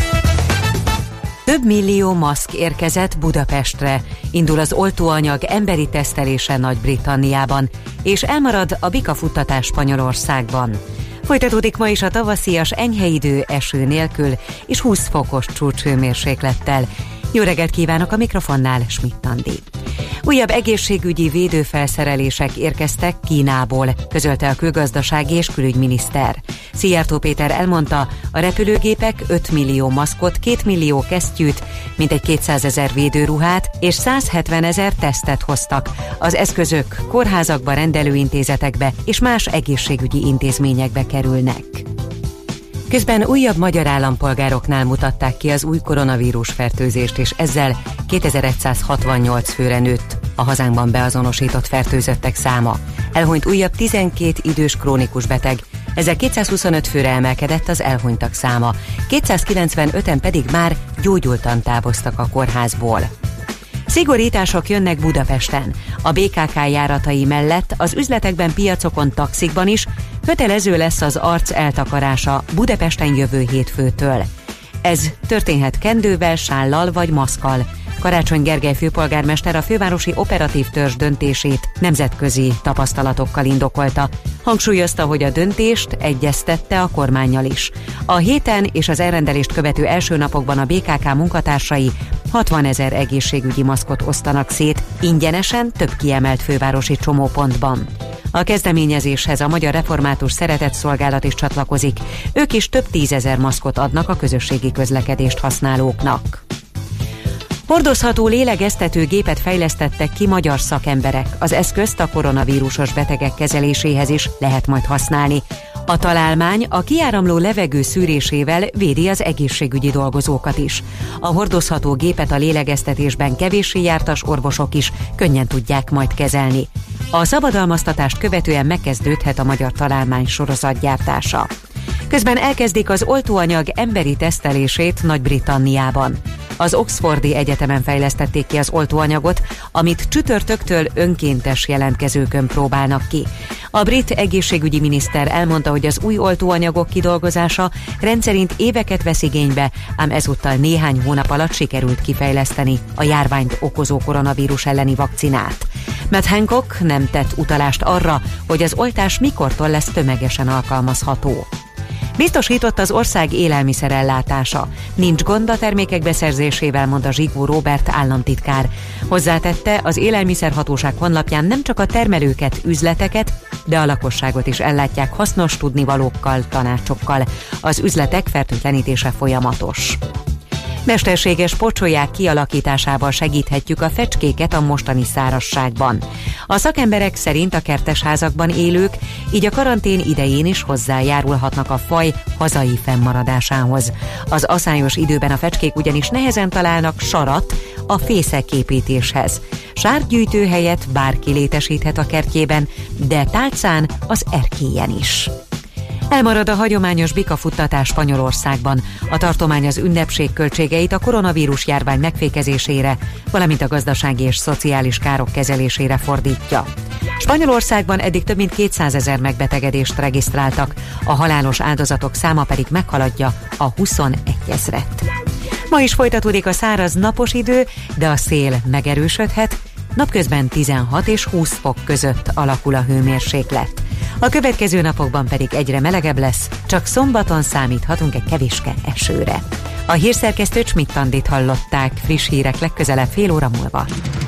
Több millió maszk érkezett Budapestre. Indul az oltóanyag emberi tesztelése Nagy-Britanniában, és elmarad a bikafuttatás Spanyolországban. Folytatódik ma is a tavaszias enyhe idő eső nélkül és 20 fokos csúcshőmérséklettel. Jó reggelt kívánok, a mikrofonnál Schmidt Andi. Újabb egészségügyi védőfelszerelések érkeztek Kínából, közölte a külgazdasági és külügyminiszter. Szijjártó Péter elmondta, a repülőgépek 5 millió maszkot, 2 millió kesztyűt, mintegy 200 000 védőruhát és 170 000 tesztet hoztak. Az eszközök kórházakba, rendelőintézetekbe és más egészségügyi intézményekbe kerülnek. Közben újabb magyar állampolgároknál mutatták ki az új koronavírus fertőzést, és ezzel 2168 főre nőtt a hazánkban beazonosított fertőzöttek száma. Elhunyt újabb 12 idős krónikus beteg, ezzel 225 főre emelkedett az elhunytak száma, 295-en pedig már gyógyultan távoztak a kórházból. Szigorítások jönnek Budapesten. A BKK járatai mellett az üzletekben, piacokon, taxikban is kötelező lesz az arc eltakarása Budapesten jövő hétfőtől. Ez történhet kendővel, sállal vagy maszkkal. Karácsony Gergely főpolgármester a fővárosi operatív törzs döntését nemzetközi tapasztalatokkal indokolta. Hangsúlyozta, hogy a döntést egyeztette a kormánnyal is. A héten és az elrendelést követő első napokban a BKK munkatársai 60 000 egészségügyi maszkot osztanak szét, ingyenesen több kiemelt fővárosi csomópontban. A kezdeményezéshez a Magyar Református Szeretetszolgálat is csatlakozik. Ők is több 10 000 maszkot adnak a közösségi közlekedést használóknak. Hordozható lélegeztető gépet fejlesztettek ki magyar szakemberek. Az eszközt a koronavírusos betegek kezeléséhez is lehet majd használni. A találmány a kiáramló levegő szűrésével védi az egészségügyi dolgozókat is. A hordozható gépet a lélegeztetésben kevéssé jártas orvosok is könnyen tudják majd kezelni. A szabadalmaztatást követően megkezdődhet a magyar találmány sorozatgyártása. Közben elkezdik az oltóanyag emberi tesztelését Nagy-Britanniában. Az Oxfordi Egyetemen fejlesztették ki az oltóanyagot, amit csütörtöktől önkéntes jelentkezőkön próbálnak ki. A brit egészségügyi miniszter elmondta, hogy az új oltóanyagok kidolgozása rendszerint éveket vesz igénybe, ám ezúttal néhány hónap alatt sikerült kifejleszteni a járványt okozó koronavírus elleni vakcinát. Matt Hancock nem tett utalást arra, hogy az oltás mikortól lesz tömegesen alkalmazható. Biztosított az ország élelmiszerellátása. Nincs gond a termékek beszerzésével, mondta Zsigó Róbert államtitkár. Hozzátette, az élelmiszerhatóság honlapján nem csak a termelőket, üzleteket, de a lakosságot is ellátják hasznos tudnivalókkal, tanácsokkal. Az üzletek fertőtlenítése folyamatos. Mesterséges pocsolyák kialakításával segíthetjük a fecskéket a mostani szárazságban. A szakemberek szerint a kertesházakban élők így a karantén idején is hozzájárulhatnak a faj hazai fennmaradásához. Az aszályos időben a fecskék ugyanis nehezen találnak sarat a fészeképítéshez. Sárgyűjtő helyet bárki létesíthet a kertjében, de tálcán az erkélyen is. Elmarad a hagyományos bikafuttatás Spanyolországban. A tartomány az ünnepség költségeit a koronavírus járvány megfékezésére, valamint a gazdasági és szociális károk kezelésére fordítja. Spanyolországban eddig több mint 200 000 megbetegedést regisztráltak, a halálos áldozatok száma pedig meghaladja a 21 000-et. Ma is folytatódik a száraz napos idő, de a szél megerősödhet, napközben 16 és 20 fok között alakul a hőmérséklet. A következő napokban pedig egyre melegebb lesz, csak szombaton számíthatunk egy kevéske esőre. A hírszerkesztő Schmidt-Andit hallották, friss hírek legközelebb fél óra múlva.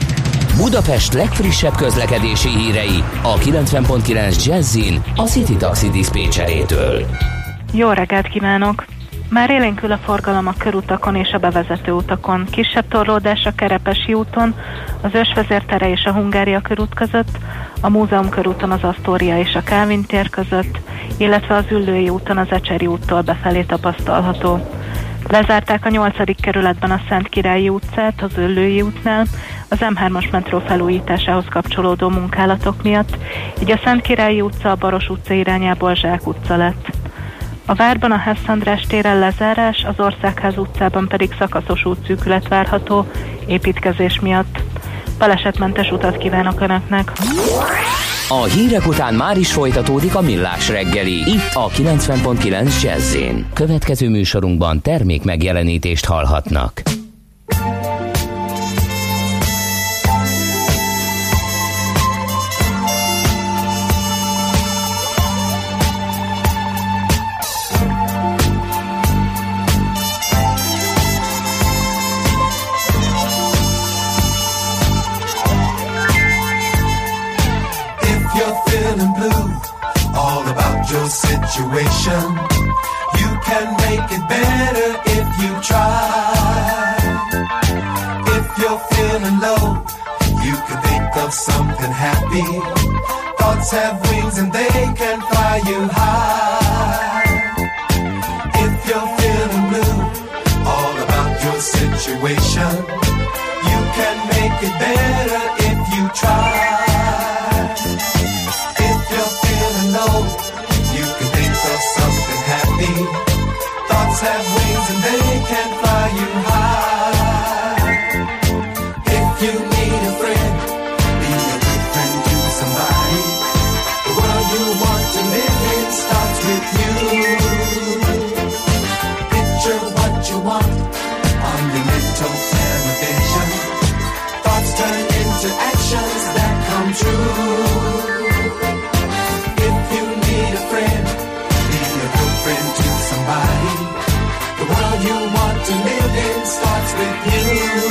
Budapest legfrissebb közlekedési hírei a 90.9 Jazzin a City Taxi diszpécserétől. Jó reggelt kívánok! Már élénkül a forgalom a körutakon és a bevezető utakon. Kisebb torlódás a Kerepesi úton, az Ősvezér tere és a Hungária körút között, a Múzeum körúton az Asztória és a Kálvin tér között, illetve az Üllői úton az Ecseri úttól befelé tapasztalható. Lezárták a 8. kerületben a Szentkirályi utcát az Üllői útnál, az M3-as metró felújításához kapcsolódó munkálatok miatt, így a Szentkirályi utca a Baros utca irányából Zsák utca lett. A várban a Hess András téren lezárás, az Országház utcában pedig szakaszos útszűkület várható építkezés miatt. Balesetmentes utat kívánok Önöknek! A hírek után már is folytatódik a Millás reggeli, itt a 90.9 Jazz-én. Következő műsorunkban termék megjelenítést hallhatnak. Situation. You can make it better if you try. If you're feeling low, you can think of something happy. Thoughts have wings and they can fly you high. If you're feeling blue, all about your situation. You can make it better if you try. If you're feeling low, something happy. Thoughts have wings and they can fly you high. If you need a friend, be a good friend to somebody. The world you want to live in starts with you. Picture what you want on your mental television. Thoughts turn into actions that come true. If you need a friend, friend to somebody. The world you want to live in starts with you.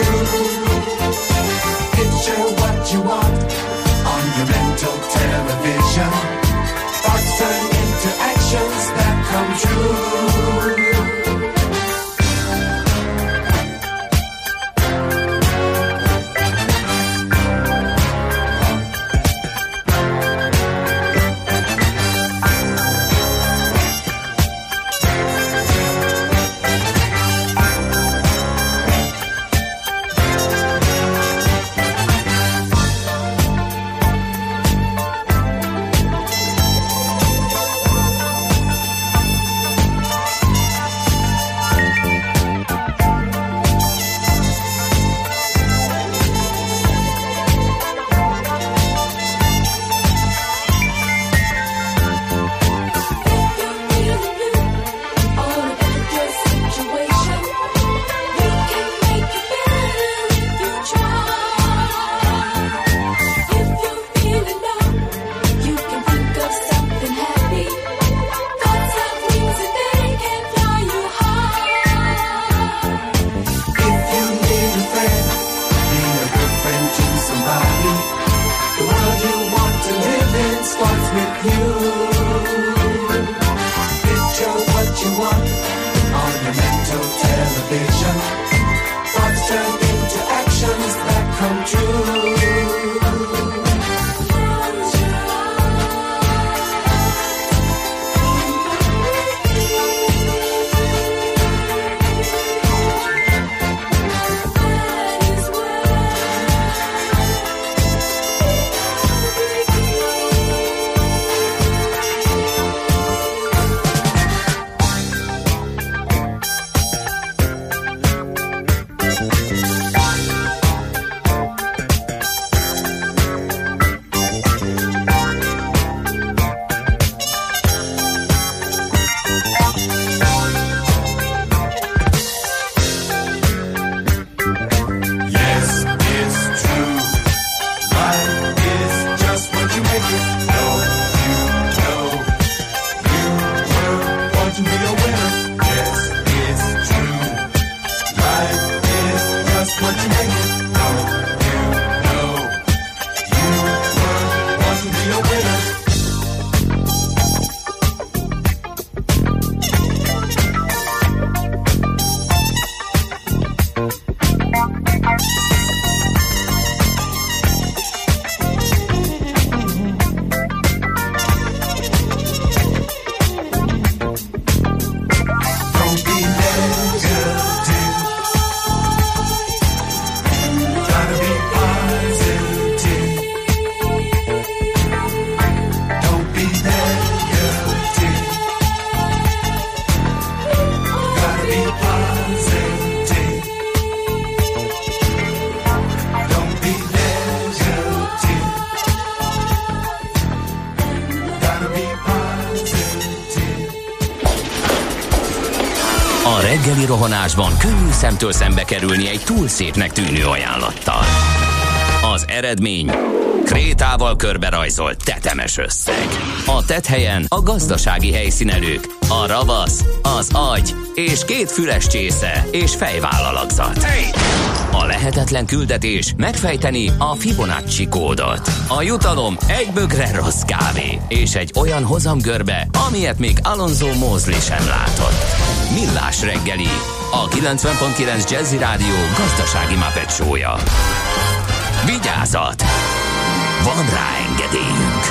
Picture what you want on your mental television. Thoughts turn into actions that come true. reggeli rohanásban könnyű szemtől szembe kerülni egy túl szépnek tűnő ajánlattal. Az eredmény krétával körberajzolt tetemes összeg. A tetthelyen a gazdasági helyszínelők, a ravasz, az agy és 2 füles csésze és fejvállalakzat. A lehetetlen küldetés megfejteni a Fibonacci kódot. A jutalom egy bögre rossz kávé és egy olyan hozamgörbe, amilyet még Alonso Mosley sem látott. Millás reggeli, a 90.9 Jazzy Rádió gazdasági Muppet show-ja. Vigyázat! Van rá engedélyünk!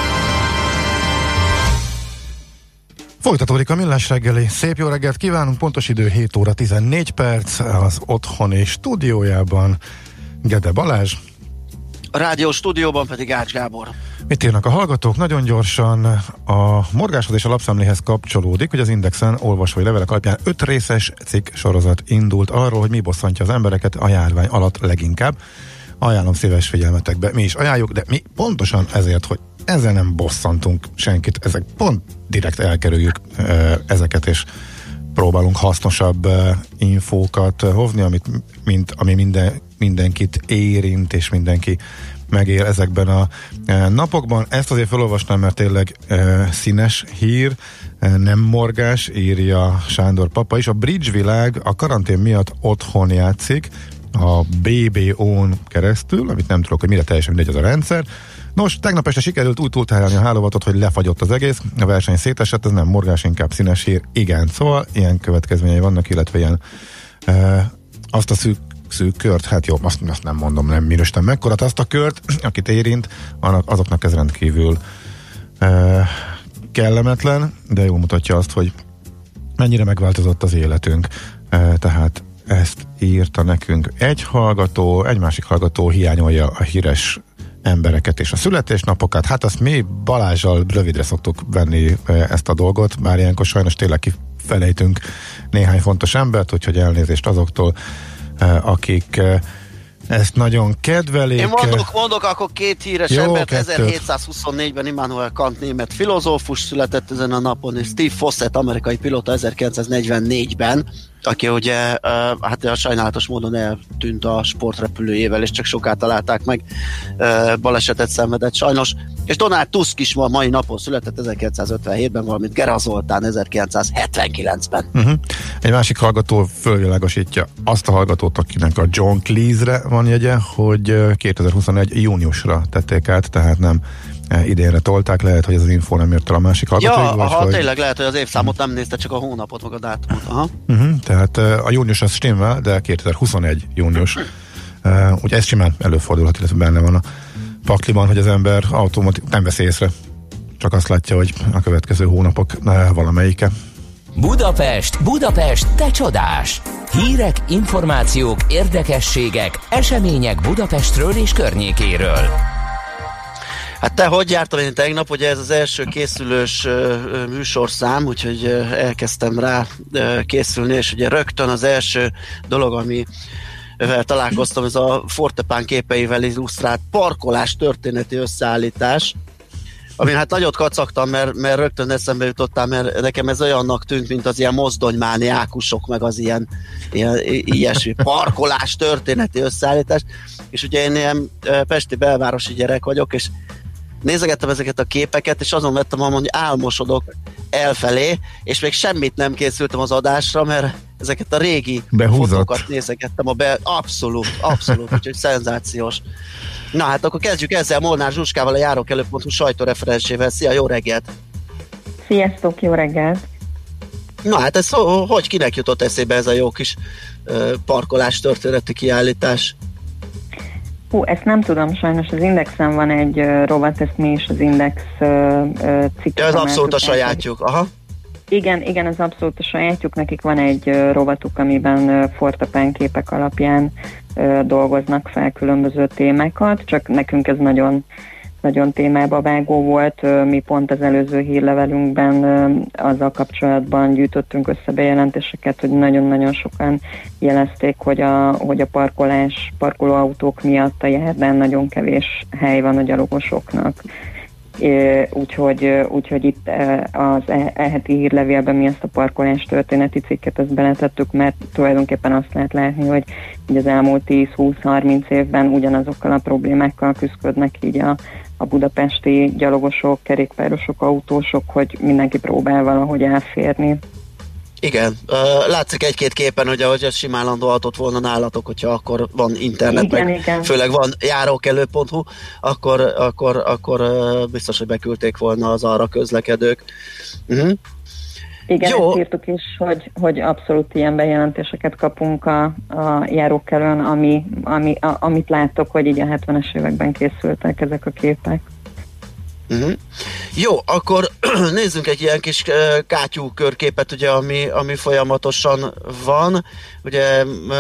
Folytatódik a Millás reggeli. Szép jó reggelt kívánunk, pontos idő 7 óra 14 perc, az otthoni stúdiójában Gede Balázs. A rádió stúdióban pedig Ács Gábor. Mit írnak a hallgatók? Nagyon gyorsan a morgáshoz és a lapszemléhez kapcsolódik, hogy az Indexen olvasói levelek alapján 5 részes cikk sorozat indult arról, hogy mi bosszantja az embereket a járvány alatt leginkább. Ajánlom szíves figyelmetekbe, mi is ajánljuk, de mi pontosan ezért, hogy ezzel nem bosszantunk senkit, ezek pont direkt elkerüljük ezeket, és próbálunk hasznosabb infókat hozni, ami mindenkit érint, és mindenki megél ezekben a napokban. Ezt azért felolvasnám, mert tényleg színes hír, nem morgás, írja Sándor papa is. A Bridge világ a karantén miatt otthon játszik, a BBO-n keresztül, amit nem tudok, hogy mire teljesen mindegy az a rendszer. Nos, tegnap este sikerült úgy túlterhelni a hálózatot, hogy lefagyott az egész, a verseny szétesett, ez nem morgás, inkább színes hír. Igen, szóval ilyen következményei vannak, illetve ilyen azt a szűk kört, hát jó, azt nem mondom, nem minősítem mekkorát, azt a kört, akit érint, azoknak ez rendkívül kellemetlen, de jól mutatja azt, hogy mennyire megváltozott az életünk. Tehát ezt írta nekünk egy másik hallgató hiányolja a híres embereket és a születésnapokat. Hát azt mi Balázsal rövidre szoktuk venni ezt a dolgot, bár ilyenkor sajnos tényleg kifelejtünk néhány fontos embert, úgyhogy elnézést azoktól, akik ezt nagyon kedvelik. Én mondok akkor 2 híres embert. 1724-ben Immanuel Kant német filozófus született ezen a napon, és Steve Fossett amerikai pilóta 1944-ben, aki ugye hát sajnálatos módon eltűnt a sportrepülőjével, és csak soká találták meg, balesetet szenvedett sajnos. És Donald Tusk is ma mai napon született 1957-ben, valamint Gera Zoltán 1979-ben. Egy másik hallgató fölvilágosítja azt a hallgatót, akinek a John Cleese-re van jegye, hogy 2021 júniusra tették át, tehát nem idénre tolták, lehet, hogy ez az info nem jött el a másik hallgatóig. Ja, tényleg lehet, hogy az évszámot nem nézte, csak a hónapot, meg a dátumot. Aha. Tehát a június az stimmel, de 2021 június. Ugye ez simán előfordulhat, illetve benne van a pakliban, hogy az ember nem vesz észre, csak azt látja, hogy a következő hónapok valamelyike. Budapest, te csodás! Hírek, információk, érdekességek, események Budapestről és környékéről. Hát te hogy jártál én tegnap? Ugye ez az első készülős műsorszám, úgyhogy elkezdtem rá készülni, és ugye rögtön az első dolog, amivel találkoztam, ez a Fortepán képeivel illusztrált parkolás történeti összeállítás, amin hát nagyot kacagtam, mert rögtön eszembe jutottál, mert nekem ez olyannak tűnt, mint az ilyen mozdonymániákusok, meg az ilyen ilyesmi parkolás történeti összeállítás, és ugye én ilyen pesti belvárosi gyerek vagyok, és nézegettem ezeket a képeket, és azon vettem, hogy álmosodok elfelé, és még semmit nem készültem az adásra, mert ezeket a régi fotókat nézegettem. Abszolút, úgyhogy szenzációs. Na hát akkor kezdjük ezzel Molnár Zsuskával, a járókelő.hu sajtóreferensével. Szia, jó reggelt! Sziasztok, jó reggelt! Na hát ez hogy kinek jutott eszébe ez a jó kis parkolás történeti kiállítás? Ezt nem tudom, sajnos az Indexen van egy rovat, ezt mi is az Index cikk. Ja, ez abszolút a sajátjuk, aha. Igen, ez abszolút a sajátjuk, nekik van egy rovatuk, amiben Fortepán képek alapján dolgoznak fel különböző témákat, csak nekünk ez nagyon, nagyon témába vágó volt. Mi pont az előző hírlevelünkben azzal kapcsolatban gyűjtöttünk össze bejelentéseket, hogy nagyon-nagyon sokan jelezték, hogy a parkolóautók miatt a járdán nagyon kevés hely van a gyalogosoknak. Úgyhogy itt az heti hírlevélben mi ezt a parkolás történeti cikket ezt beletettük, mert tulajdonképpen azt lehet látni, hogy az elmúlt 10-20-30 évben ugyanazokkal a problémákkal küzdködnek így a budapesti gyalogosok, kerékpárosok, autósok, hogy mindenki próbál valahogy elférni. Igen, látszik egy-két képen, hogy ahogy ez simán landolhatott volna nálatok, hogyha akkor van internet, igen. Főleg van járókelő.hu, akkor biztos, hogy beküldték volna az arra közlekedők. Igen, ezt írtuk is, hogy abszolút ilyen bejelentéseket kapunk a járókelőn, amit láttok, hogy így a 70-es években készültek ezek a képek. Jó, akkor nézzünk egy ilyen kis kátyú körképet, ugye, ami folyamatosan van. Ugye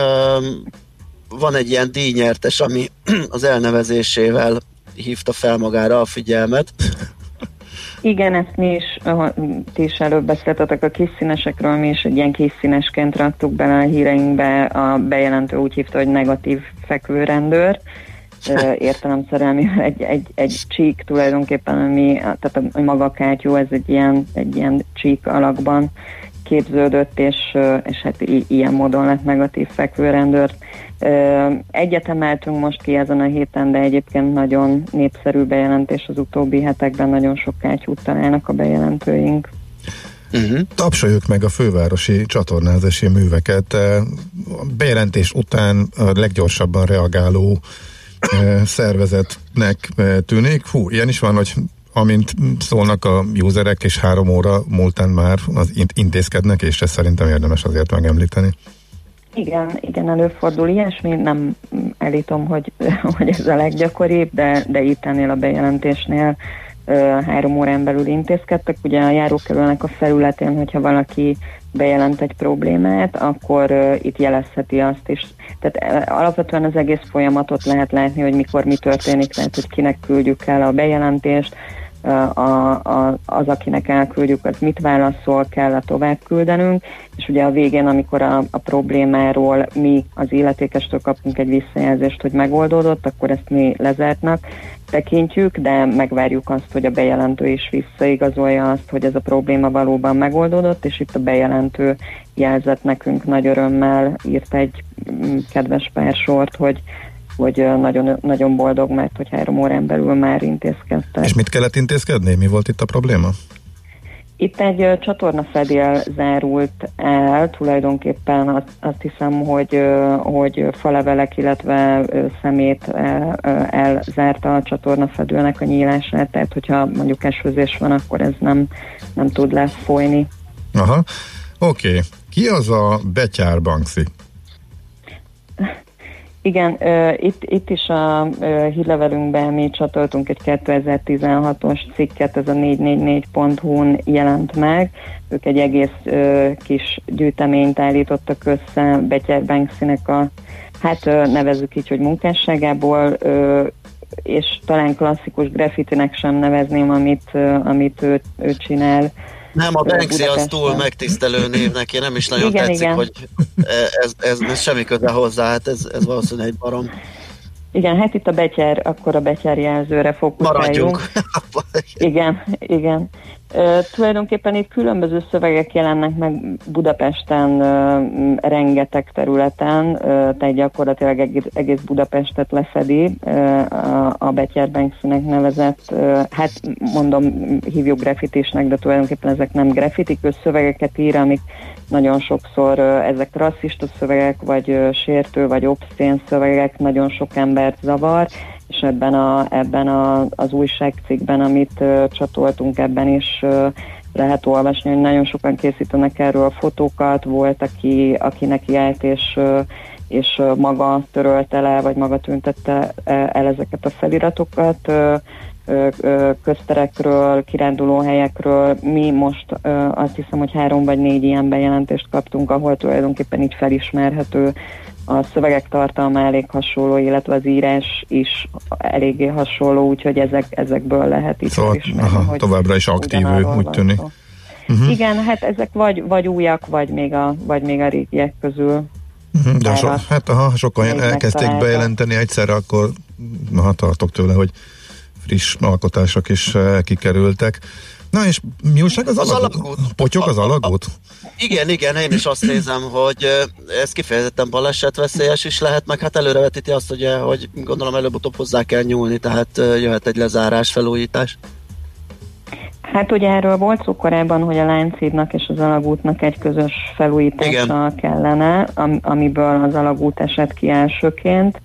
van egy ilyen díjnyertes, ami az elnevezésével hívta fel magára a figyelmet. Igen, ezt mi is, ti is előbb beszéltetek a kis színesekről, mi is egy ilyen kis színesként raktuk bele a híreinkbe, a bejelentő úgy hívta, hogy negatív fekvőrendőr. Értelemszerelmi egy csík tulajdonképpen, tehát a maga a kátyú, ez egy ilyen csík alakban képződött, és hát ilyen módon lett negatív fekvőrendőr. Egyet emeltünk most ki ezen a héten, de egyébként nagyon népszerű bejelentés az utóbbi hetekben, nagyon sok kátyút találnak a bejelentőink. Tapsoljuk meg a fővárosi csatornázási műveket. A bejelentés után a leggyorsabban reagáló szervezetnek tűnik. Ilyen is van, hogy amint szólnak a userek, és 3 óra múltán már intézkednek, és ezt szerintem érdemes azért megemlíteni. Igen, előfordul ilyesmi, nem állítom, hogy ez a leggyakoribb, de itt ennél a bejelentésnél 3 órán belül intézkedtek. Ugye a járókerülnek a felületén, hogyha valaki bejelent egy problémát, akkor itt jelezheti azt is. Tehát alapvetően az egész folyamatot lehet látni, hogy mikor mi történik, lehet, hogy kinek küldjük el a bejelentést, az, akinek elküldjük, az mit válaszol, kell tovább küldenünk, és ugye a végén, amikor a problémáról mi az illetékestől kapunk egy visszajelzést, hogy megoldódott, akkor ezt mi lezártnak tekintjük, de megvárjuk azt, hogy a bejelentő is visszaigazolja azt, hogy ez a probléma valóban megoldódott, és itt a bejelentő jelzett nekünk nagy örömmel, írt egy kedves pár sort, hogy nagyon, nagyon boldog, mert hogy 3 órán belül már intézkedtek. És mit kellett intézkedni? Mi volt itt a probléma? Itt egy csatornazáró zárult el, tulajdonképpen azt hiszem, hogy falevelek, illetve szemét elzárta a csatornafedőnek a nyílását, tehát hogyha mondjuk esőzés van, akkor ez nem tud lefolyni. Aha, oké. Ki az a Betyár Banksy? Igen, itt is a hírlevelünkben mi csatoltunk egy 2016-os cikket, ez a 444.hu-n jelent meg. Ők egy egész kis gyűjteményt állítottak össze Betyár Banksynek nevezzük így, hogy munkásságából, és talán klasszikus graffitinek sem nevezném, amit ő csinál. Nem, a Banksy az túl megtisztelő név neki, nem is nagyon tetszik, hogy ez semmi köze hozzá, hát ez valószínűleg egy barom. Igen, hát itt a betyár jelzőre fókuszáljunk. Maradjunk. Igen. Tulajdonképpen itt különböző szövegek jelennek meg Budapesten rengeteg területen, tehát gyakorlatilag egész Budapestet lefedi a Betyár Banksynek nevezett, hát mondom, hívjuk graffitisnek, de tulajdonképpen ezek nem graffitik, ő szövegeket ír, amik nagyon sokszor ezek rasszista szövegek, vagy sértő, vagy obszcén szövegek, nagyon sok embert zavar, és ebben az újságcikkben, amit csatoltunk, ebben is lehet olvasni, hogy nagyon sokan készítenek erről fotókat, volt, aki neki állt, és maga törölte le, vagy maga tüntette el ezeket a feliratokat közterekről, kirándulóhelyekről. Mi most azt hiszem, hogy 3 vagy 4 ilyen bejelentést kaptunk, ahol tulajdonképpen így felismerhető a szövegek tartalma elég hasonló, illetve az írás is eléggé hasonló, úgyhogy ezekből lehet így felismerni. Továbbra is aktív, úgy tűnik. Igen, hát ezek vagy újak, vagy még a régiek közül. De sokan elkezdték bejelenteni egyszerre, akkor tartok tőle, hogy friss alkotások is kikerültek. Na és mi újság az alagút? Potyog az alagút? Igen, én is azt nézem, hogy ez kifejezetten balesetveszélyes is lehet, meg hát előrevetíti azt, hogy gondolom előbb-utóbb hozzá kell nyúlni, tehát jöhet egy lezárás, felújítás. Hát ugye erről volt szó korábban, hogy a Lánchídnak és az alagútnak egy közös felújítása kellene, amiből az alagút esett ki elsőként,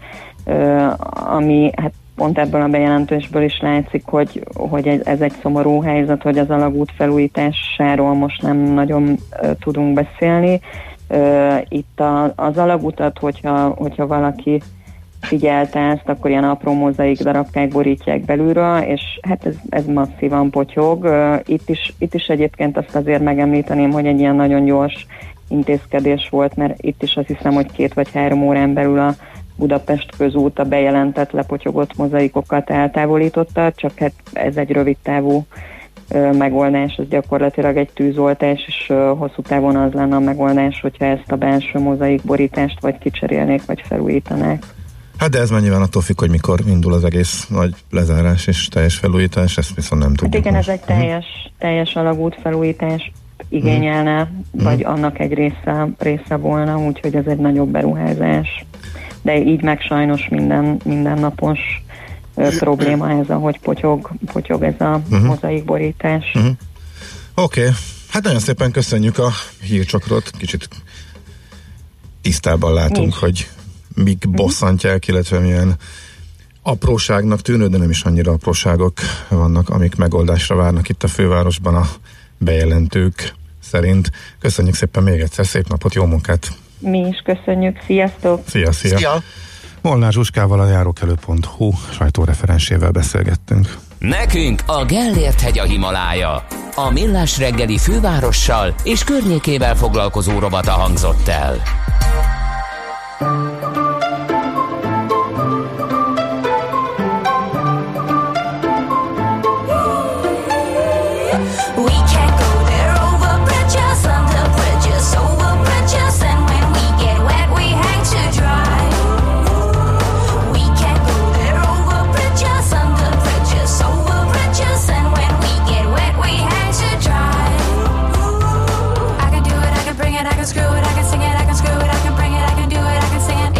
ami hát pont ebből a bejelentésből is látszik, hogy ez egy szomorú helyzet, hogy az alagút felújításáról most nem nagyon tudunk beszélni. Itt az alagútat, hogyha valaki figyelte ezt, akkor ilyen apró mozaik darabkák borítják belülről, és hát ez masszívan potyog. Itt is egyébként azt azért megemlíteném, hogy egy ilyen nagyon gyors intézkedés volt, mert itt is azt hiszem, hogy 2 vagy 3 órán belül a Budapest közút a bejelentett lepotyogott mozaikokat eltávolította, csak hát ez egy rövid távú megoldás, ez gyakorlatilag egy tűzoltás, és hosszú távon az lenne a megoldás, hogyha ezt a belső mozaikborítást vagy kicserélnék, vagy felújítanák. Hát de ez már nyilván attól függ, hogy mikor indul az egész nagy lezárás és teljes felújítás, ezt viszont nem tudjuk. Hát igen, ez egy teljes alagút felújítás igényelne, vagy annak egy része volna, úgyhogy ez egy nagyobb beruházás. De így meg sajnos mindennapos probléma ez, ahogy potyog ez a mozaikborítás. Oké. Hát nagyon szépen köszönjük a hírcsakrot, kicsit tisztában látunk, hogy mik bosszantják, illetve milyen apróságnak tűnő, de nem is annyira apróságok vannak, amik megoldásra várnak itt a fővárosban a bejelentők szerint. Köszönjük szépen még egyszer, szép napot, jó munkát! Mi is köszönjük, sziasztok! Szia! Molnár Zsuskával, a járókelő.hu sajtóreferensével beszélgettünk. Nekünk a Gellért-hegy a Himalája. A Millás reggeli fővárossal és környékével foglalkozó rovata hangzott el. I can screw it, I can sing it, I can screw it, I can bring it, I can do it, I can sing it.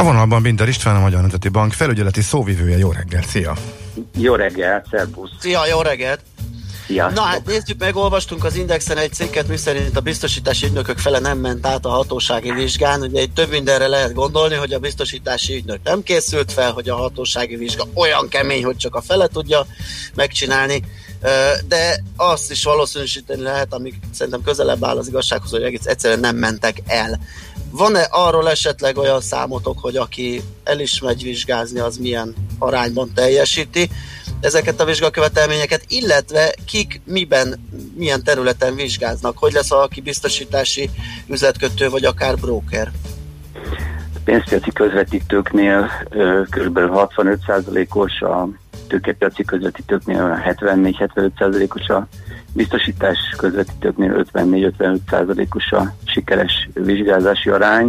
vonalban Binder István, a Magyar Nemzeti Bank felügyeleti szóvivője. Jó reggel, szia! Jó reggel, szervusz! Szia, jó reggelt! Sziasztok. Na hát nézzük meg, olvastunk az Indexen egy cikket, miszerint a biztosítási ügynökök fele nem ment át a hatósági vizsgán. Ugye itt több mindenre lehet gondolni, hogy a biztosítási ügynök nem készült fel, hogy a hatósági vizsga olyan kemény, hogy csak a fele tudja megcsinálni, de azt is valószínűsíteni lehet, ami szerintem közelebb áll az igazsághoz, hogy egész egyszerűen nem mentek el. Van-e arról esetleg olyan számotok, hogy aki el is megy vizsgázni, az milyen arányban teljesíti ezeket a vizsgakövetelményeket, illetve kik milyen területen vizsgáznak? Hogy lesz, aki biztosítási üzletkötő, vagy akár broker? A pénzpiaci közvetítőknél kb. 65%-os, a tőkepiaci közvetítőknél 74-75%-os, a biztosítás közvetítőknél 54-55%-os a sikeres vizsgázási arány.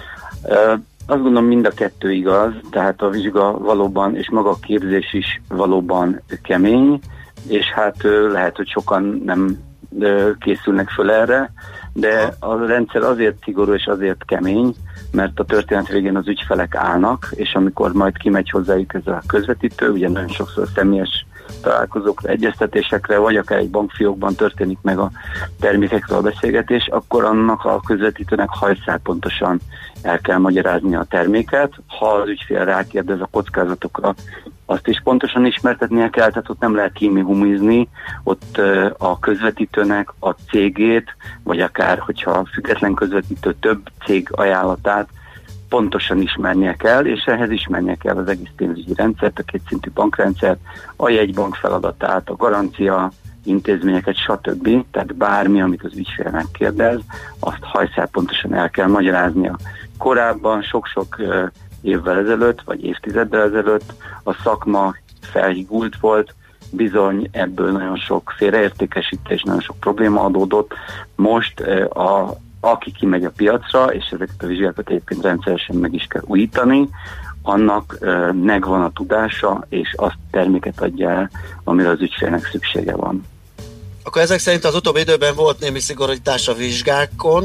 Azt gondolom, mind a kettő igaz, tehát a vizsga valóban, és maga a képzés is valóban kemény, és hát lehet, hogy sokan nem készülnek föl erre, de a rendszer azért szigorú és azért kemény, mert a történet végén az ügyfelek állnak, és amikor majd kimegy hozzájuk ez a közvetítő, ugye nagyon sokszor személyes találkozókra, egyeztetésekre, vagy akár egy bankfiókban történik meg a termékekről a beszélgetés, akkor annak a közvetítőnek hajszálpontosan el kell magyarázni a terméket. Ha az ügyfél rákérdez a kockázatokra, azt is pontosan ismertetnie kell, tehát ott nem lehet kími-humizni, ott a közvetítőnek a cégét, vagy akár, hogyha független közvetítő több cég ajánlatát pontosan ismernie kell, és ehhez ismernie kell az egész pénzügyi rendszert, a kétszintű bankrendszert, a jegybank feladatát, a garancia intézményeket, stb. Tehát bármi, amit az ügyfél megkérdez, azt hajszál pontosan el kell magyaráznia. Korábban, sok-sok évvel ezelőtt, vagy évtizeddel ezelőtt a szakma felhigult volt, bizony ebből nagyon sok félreértékesítés, nagyon sok probléma adódott. Most aki kimegy a piacra, és ezeket a vizsgákat egyébként rendszeresen meg is kell újítani, annak megvan a tudása, és azt terméket adja el, amire az ügyfélnek szüksége van. Akkor ezek szerint az utóbbi időben volt némi szigorítás a vizsgákon,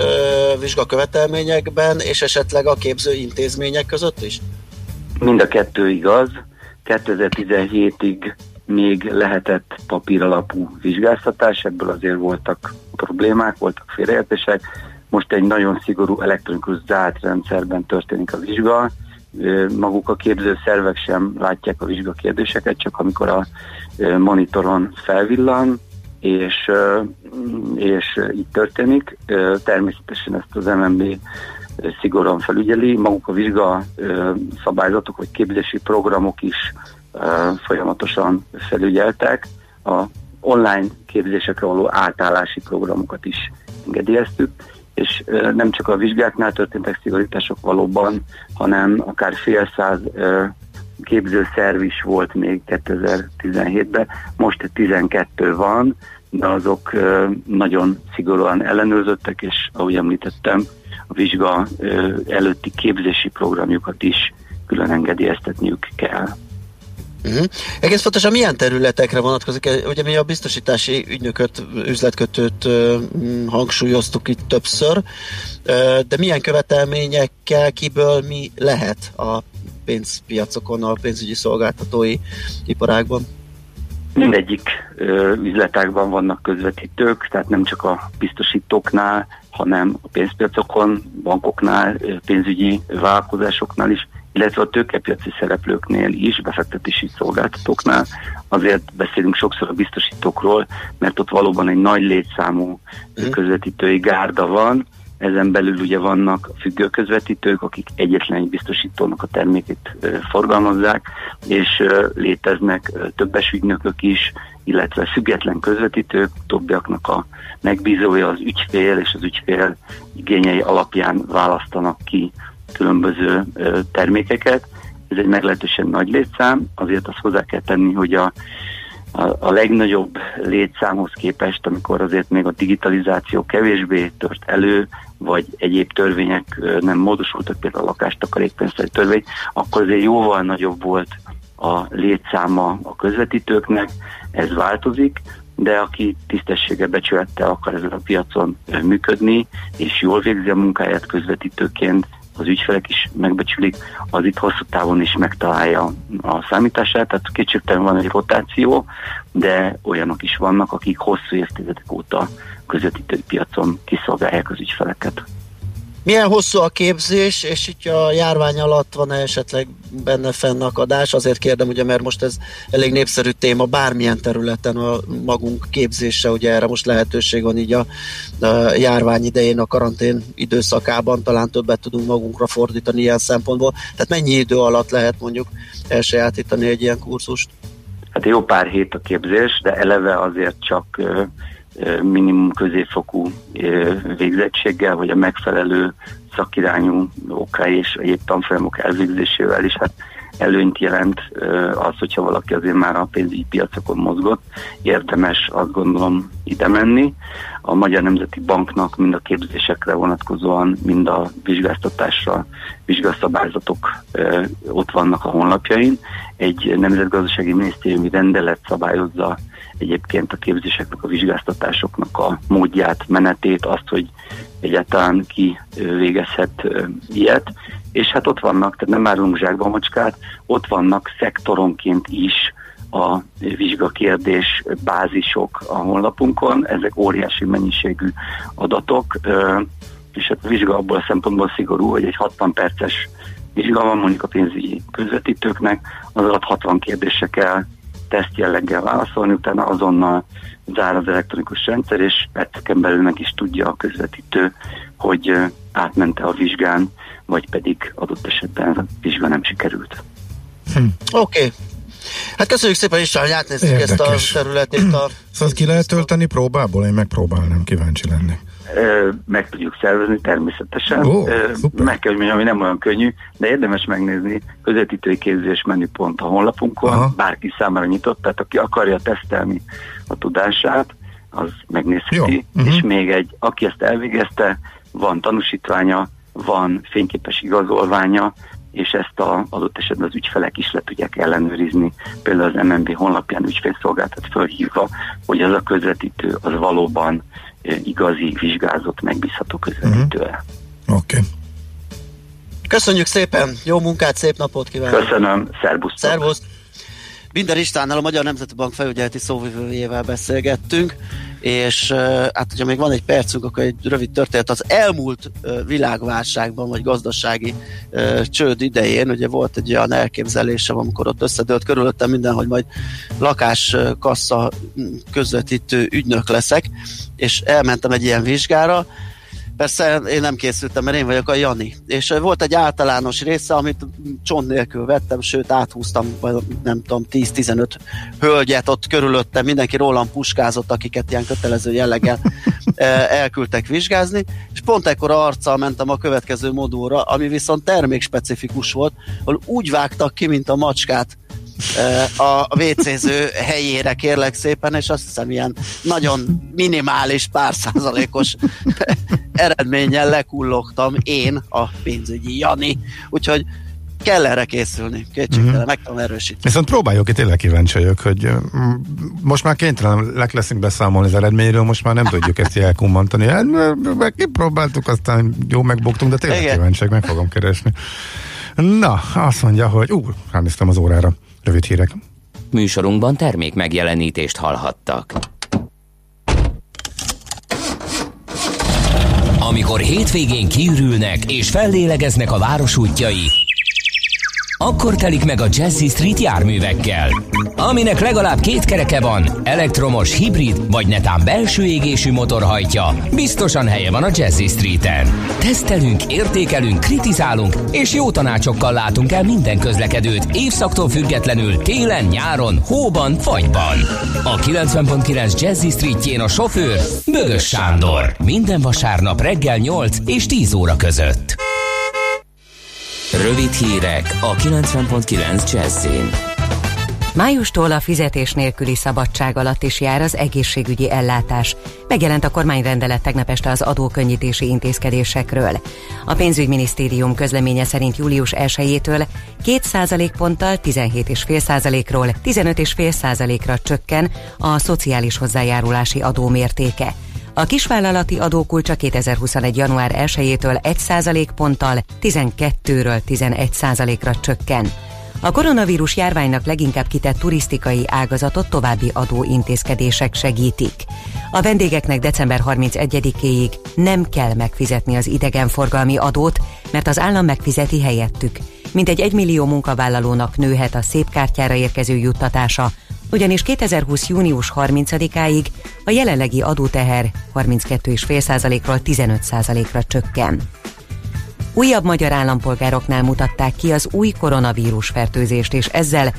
vizsgakövetelményekben, és esetleg a képző intézmények között is? Mind a kettő igaz. 2017-ig még lehetett papíralapú vizsgáztatás, ebből azért voltak problémák, voltak félreértések. Most egy nagyon szigorú elektronikus zárt rendszerben történik a vizsga. Maguk a képző szervek sem látják a vizsgakérdéseket, csak amikor a monitoron felvillan, és így történik. Természetesen ezt az MNB szigorúan felügyeli. Maguk a vizsga szabályzatok vagy képzési programok is folyamatosan felügyeltek. A online képzésekre való átállási programokat is engedélyeztük, és nem csak a vizsgáknál történtek szigorítások valóban, hanem akár fél száz képzőszerv is volt még 2017-ben, most 12 van, de azok nagyon szigorúan ellenőrzöttek, és ahogy említettem, a vizsga előtti képzési programjukat is külön engedélyeztetniük kell. Egész pontosan milyen területekre vonatkozik? Ugye mi a biztosítási ügynököt, üzletkötőt hangsúlyoztuk itt többször, de milyen követelményekkel, kiből mi lehet a pénzpiacokon, a pénzügyi szolgáltatói iparágban? Mindegyik üzletágban vannak közvetítők, tehát nem csak a biztosítóknál, hanem a pénzpiacokon, bankoknál, pénzügyi vállalkozásoknál is, illetve a tőkepiaci szereplőknél is, befektetési szolgáltatóknál. Azért beszélünk sokszor a biztosítókról, mert ott valóban egy nagy létszámú közvetítői gárda van. Ezen belül ugye vannak függő közvetítők, akik egyetlen egy biztosítónak a termékét forgalmazzák, és léteznek többes ügynökök is, illetve független közvetítők, többiaknak a megbízója az ügyfél, és az ügyfél igényei alapján választanak ki különböző termékeket. Ez egy meglehetősen nagy létszám, azért azt hozzá kell tenni, hogy a legnagyobb létszámhoz képest, amikor azért még a digitalizáció kevésbé tört elő, vagy egyéb törvények nem módosultak, például a lakástakarékpénztari törvény, akkor azért jóval nagyobb volt a létszáma a közvetítőknek, ez változik, de aki tisztességgel, becsülettel akar ezen a piacon működni, és jól végzi a munkáját közvetítőként, az ügyfelek is megbecsülik, az itt hosszú távon is megtalálja a számítását, tehát kétségtelen van egy rotáció, de olyanok is vannak, akik hosszú évtizedek óta közvetítői piacon kiszolgálják az ügyfeleket. Milyen hosszú a képzés, és itt a járvány alatt van esetleg benne fennakadás? Azért kérdem, ugye, mert most ez elég népszerű téma bármilyen területen a magunk képzése, ugye erre most lehetőség van így a járvány idején, a karantén időszakában, talán többet tudunk magunkra fordítani ilyen szempontból. Tehát mennyi idő alatt lehet mondjuk elsajátítani egy ilyen kurzust? Hát jó pár hét a képzés, de eleve azért csak minimum középfokú végzettséggel, vagy a megfelelő szakirányú okai és egyéb tanfolyamok elvégzésével is hát előnyt jelent az, hogyha valaki azért már a pénzügyi piacokon mozgott, érdemes azt gondolom ide menni. A Magyar Nemzeti Banknak mind a képzésekre vonatkozóan, mind a vizsgáztatásra, vizsgaszabályzatok ott vannak a honlapjain. Egy nemzetgazdasági minisztériumi rendelet szabályozza egyébként a képzéseknek, a vizsgáztatásoknak a módját, menetét, azt, hogy egyáltalán ki végezhet ilyet. És hát ott vannak, tehát nem árulunk zsákba macskát, ott vannak szektoronként is a vizsgakérdés bázisok a honlapunkon, ezek óriási mennyiségű adatok, és hát a vizsga abból a szempontból szigorú, hogy egy 60 perces vizsga van mondjuk a pénzügyi közvetítőknek, az alatt 60 kérdésre kell teszt jelleggel válaszolni, utána azonnal zár az elektronikus rendszer, és perceken belül meg is tudja a közvetítő, hogy átmente a vizsgán, vagy pedig adott esetben a vizsga nem sikerült. Oké. Hát köszönjük szépen István, hogy átnéztük ezt a területét. Szóval ki lehet tölteni próbából? Én megpróbálnám, kíváncsi lenni. Meg tudjuk szervezni természetesen. Meg kell, hogy mondjam, hogy nem olyan könnyű, de érdemes megnézni közvetítői képzés menüpont a honlapunkon. Aha. Bárki számára nyitott, tehát aki akarja tesztelni a tudását, az megnézheti. És még aki ezt elvégezte, van tanúsítványa, van fényképes igazolványa, és ezt adott esetben az ügyfelek is le tudják ellenőrizni, például az MNB honlapján ügyfélszolgáltat fölhívva, hogy az a közvetítő az valóban igazi, vizsgázott, megbízható közvetítő. Oké. Köszönjük szépen, jó munkát, szép napot kívánok! Köszönöm, szervusztok! Szervusz! Binder Istvánnal, a Magyar Nemzeti Bank felügyeleti szóvivőjével beszélgettünk, és hát ugye még van egy percünk, akkor egy rövid történet. Az elmúlt világválságban, vagy gazdasági csőd idején, ugye volt egy olyan elképzelésem, amikor ott összedőlt körülöttem minden, hogy majd lakáskassa közvetítő ügynök leszek, és elmentem egy ilyen vizsgára. Persze én nem készültem, mert én vagyok a Jani. És volt egy általános része, amit csont nélkül vettem, sőt áthúztam, nem tudom, 10-15 hölgyet ott körülöttem, mindenki rólam puskázott, akiket ilyen kötelező jelleggel elküldtek vizsgázni, és pont ekkor arccal mentem a következő modulra, ami viszont termékspecifikus volt, ahol úgy vágtak ki, mint a macskát a WC-ző helyére, kérlek szépen, és azt hiszem ilyen nagyon minimális, pár százalékos eredménnyel lekullogtam én, a pénzügyi Jani, úgyhogy kell erre készülni, kétségtelen, meg tudom erősíteni. Viszont próbáljuk, itt tényleg kíváncsi vagyok, hogy most már kénytelenek leszünk beszámolni az eredményről, most már nem tudjuk ezt elkummantani. Hát, kipróbáltuk, aztán jó megbuktunk, de tényleg kíváncsiak, meg fogom keresni. Na, azt mondja, hogy ránéztem az órára. Rövid hírek. Műsorunkban termék megjelenítést hallhattak. Amikor hétvégén kiürülnek és fellélegeznek a város útjai, akkor telik meg a Jazzy Street járművekkel. Aminek legalább 2 kereke van, elektromos, hibrid vagy netán belső égésű motor hajtja, biztosan helye van a Jazzy Streeten. Tesztelünk, értékelünk, kritizálunk és jó tanácsokkal látunk el minden közlekedőt évszaktól függetlenül télen, nyáron, hóban, fagyban. A 90.9 Jazzy Streetjén a sofőr Bögös Sándor. Minden vasárnap reggel 8 és 10 óra között. Rövid hírek a 90.9 Jazzin. Májustól a fizetés nélküli szabadság alatt is jár az egészségügyi ellátás. Megjelent a kormányrendelet tegnap este az adókönnyítési intézkedésekről. A pénzügyminisztérium közleménye szerint július 1-től 2 ponttal 17,5%-ról 15,5%-ra csökken a szociális hozzájárulási adó mértéke. A kisvállalati adókulcsa 2021. január 1-től 1%-ponttal 12-ről 11%-ra csökken. A koronavírus járványnak leginkább kitett turisztikai ágazatot további adóintézkedések segítik. A vendégeknek december 31-éig nem kell megfizetni az idegenforgalmi adót, mert az állam megfizeti helyettük. Mintegy 1 millió munkavállalónak nőhet a szépkártyára érkező juttatása, ugyanis 2020. június 30-áig a jelenlegi adóteher 32,5%-ról 15%-ra csökken. Újabb magyar állampolgároknál mutatták ki az új koronavírus fertőzést, és ezzel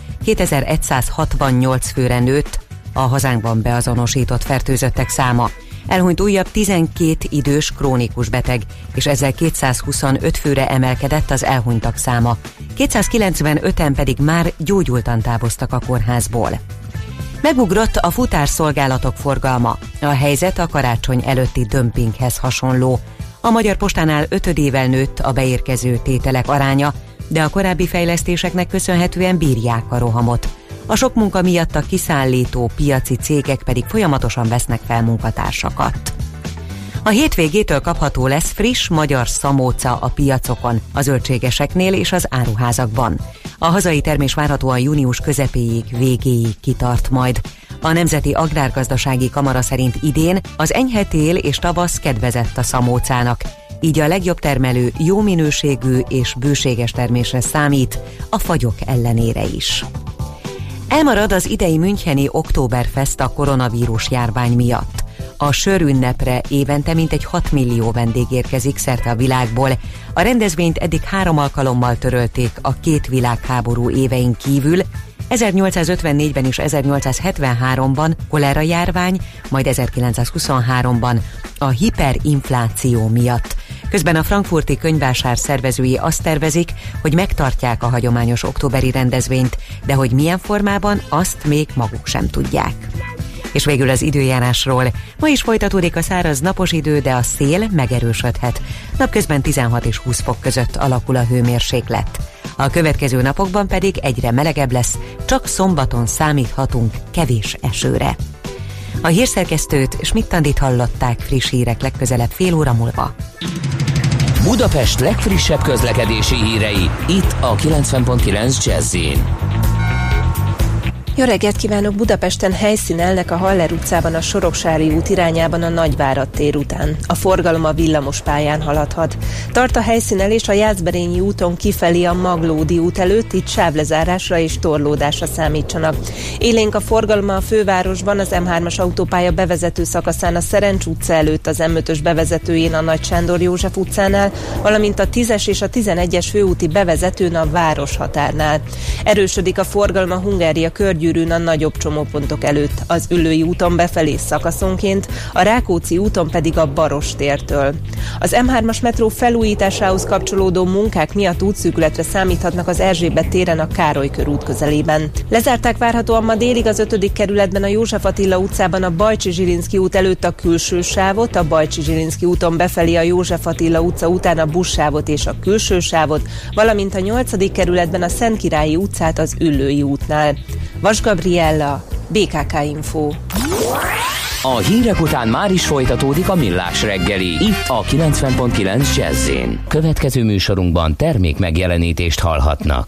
2168 főre nőtt a hazánkban beazonosított fertőzöttek száma. Elhunyt újabb 12 idős krónikus beteg, és ezzel 225 főre emelkedett az elhunytak száma. 295-en pedig már gyógyultan távoztak a kórházból. Megugrott a futárszolgálatok forgalma. A helyzet a karácsony előtti dömpinghez hasonló. A Magyar Postánál 5-ével nőtt a beérkező tételek aránya, de a korábbi fejlesztéseknek köszönhetően bírják a rohamot. A sok munka miatt a kiszállító piaci cégek pedig folyamatosan vesznek fel munkatársakat. A hétvégétől kapható lesz friss magyar szamóca a piacokon, a zöldségeseknél és az áruházakban. A hazai termés várhatóan június közepéig, végéig kitart majd. A Nemzeti Agrárgazdasági Kamara szerint idén az enyhe tél és tavasz kedvezett a szamócának, így a legjobb termelő jó minőségű és bőséges termésre számít, a fagyok ellenére is. Elmarad az idei müncheni Oktoberfest a koronavírus járvány miatt. A sörünnepre évente mintegy 6 millió vendég érkezik szerte a világból. A rendezvényt eddig 3 alkalommal törölték a 2 világháború évein kívül, 1854-ben és 1873-ban kolera járvány, majd 1923-ban a hiperinfláció miatt. Közben a frankfurti könyvvásár szervezői azt tervezik, hogy megtartják a hagyományos októberi rendezvényt, de hogy milyen formában, azt még maguk sem tudják. És végül az időjárásról. Ma is folytatódik a száraz napos idő, de a szél megerősödhet. Napközben 16 és 20 fok között alakul a hőmérséklet. A következő napokban pedig egyre melegebb lesz, csak szombaton számíthatunk kevés esőre. A hírszerkesztőt, Schmidt-Andit hallották, friss hírek legközelebb fél óra múlva. Budapest legfrissebb közlekedési hírei, itt a 90.9 Jazz-in. Jó reggelt kívánok! Budapesten helyszínelnek a Haller utcában a Soroksári út irányában a Nagyvárad tér után. A forgalom a villamos pályán haladhat. Tart a helyszínelés a Jászberényi úton kifelé a Maglódi út előtt, itt sávlezárásra és torlódásra számítsanak. Élénk a forgalma a fővárosban, az M3-as autópálya bevezető szakaszán a Szerencs utca előtt, az M5-ös bevezetőjén a Nagy Sándor József utcánál, valamint a 10-es és a 11-es főúti bevezetőn a Városhatárnál. Erősödik a forgalma Hungária körgyűrűn a nagyobb csomópontok előtt, az Üllői úton befelé szakaszonként, a Rákóczi úton pedig a Baros tértől. Az M3-as metró felújításához kapcsolódó munkák miatt útszűkületre számíthatnak az Erzsébet téren a Károly körút közelében. Lezárták várhatóan ma délig az 5. kerületben a József Attila utcában a Bajcsy-Zsilinszky út előtt a külső sávot, a Bajcsy-Zsilinszky úton befelé a József Attila utca után a buszsávot és a külső sávot, valamint a 8. kerületben a Szentkirályi utcát az Üllői útnál. Vas Gabriella, BKK Info. A hírek után már is folytatódik a Millás reggeli, itt a 90.9 Jazz-in. Következő műsorunkban termék megjelenítést hallhatnak.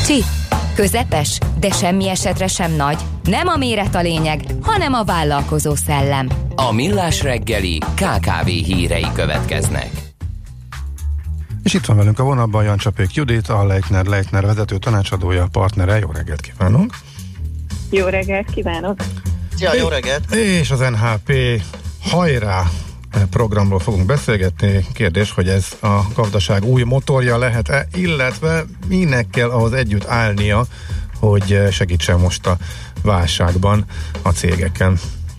Kicsi? Közepes? De semmi esetre sem nagy? Nem a méret a lényeg, hanem a vállalkozó szellem. A Millás reggeli KKV hírei következnek. És itt van velünk a vonalban Jancsapék Judit, a Leitner vezető tanácsadója, partnere. Jó reggelt kívánunk! Jó reggelt kívánok! Szia, jó reggelt! És az NHP Hajrá programról fogunk beszélgetni. Kérdés, hogy ez a gazdaság új motorja lehet-e, illetve minek kell ahhoz együtt állnia, hogy segítsen most a válságban a cégeken.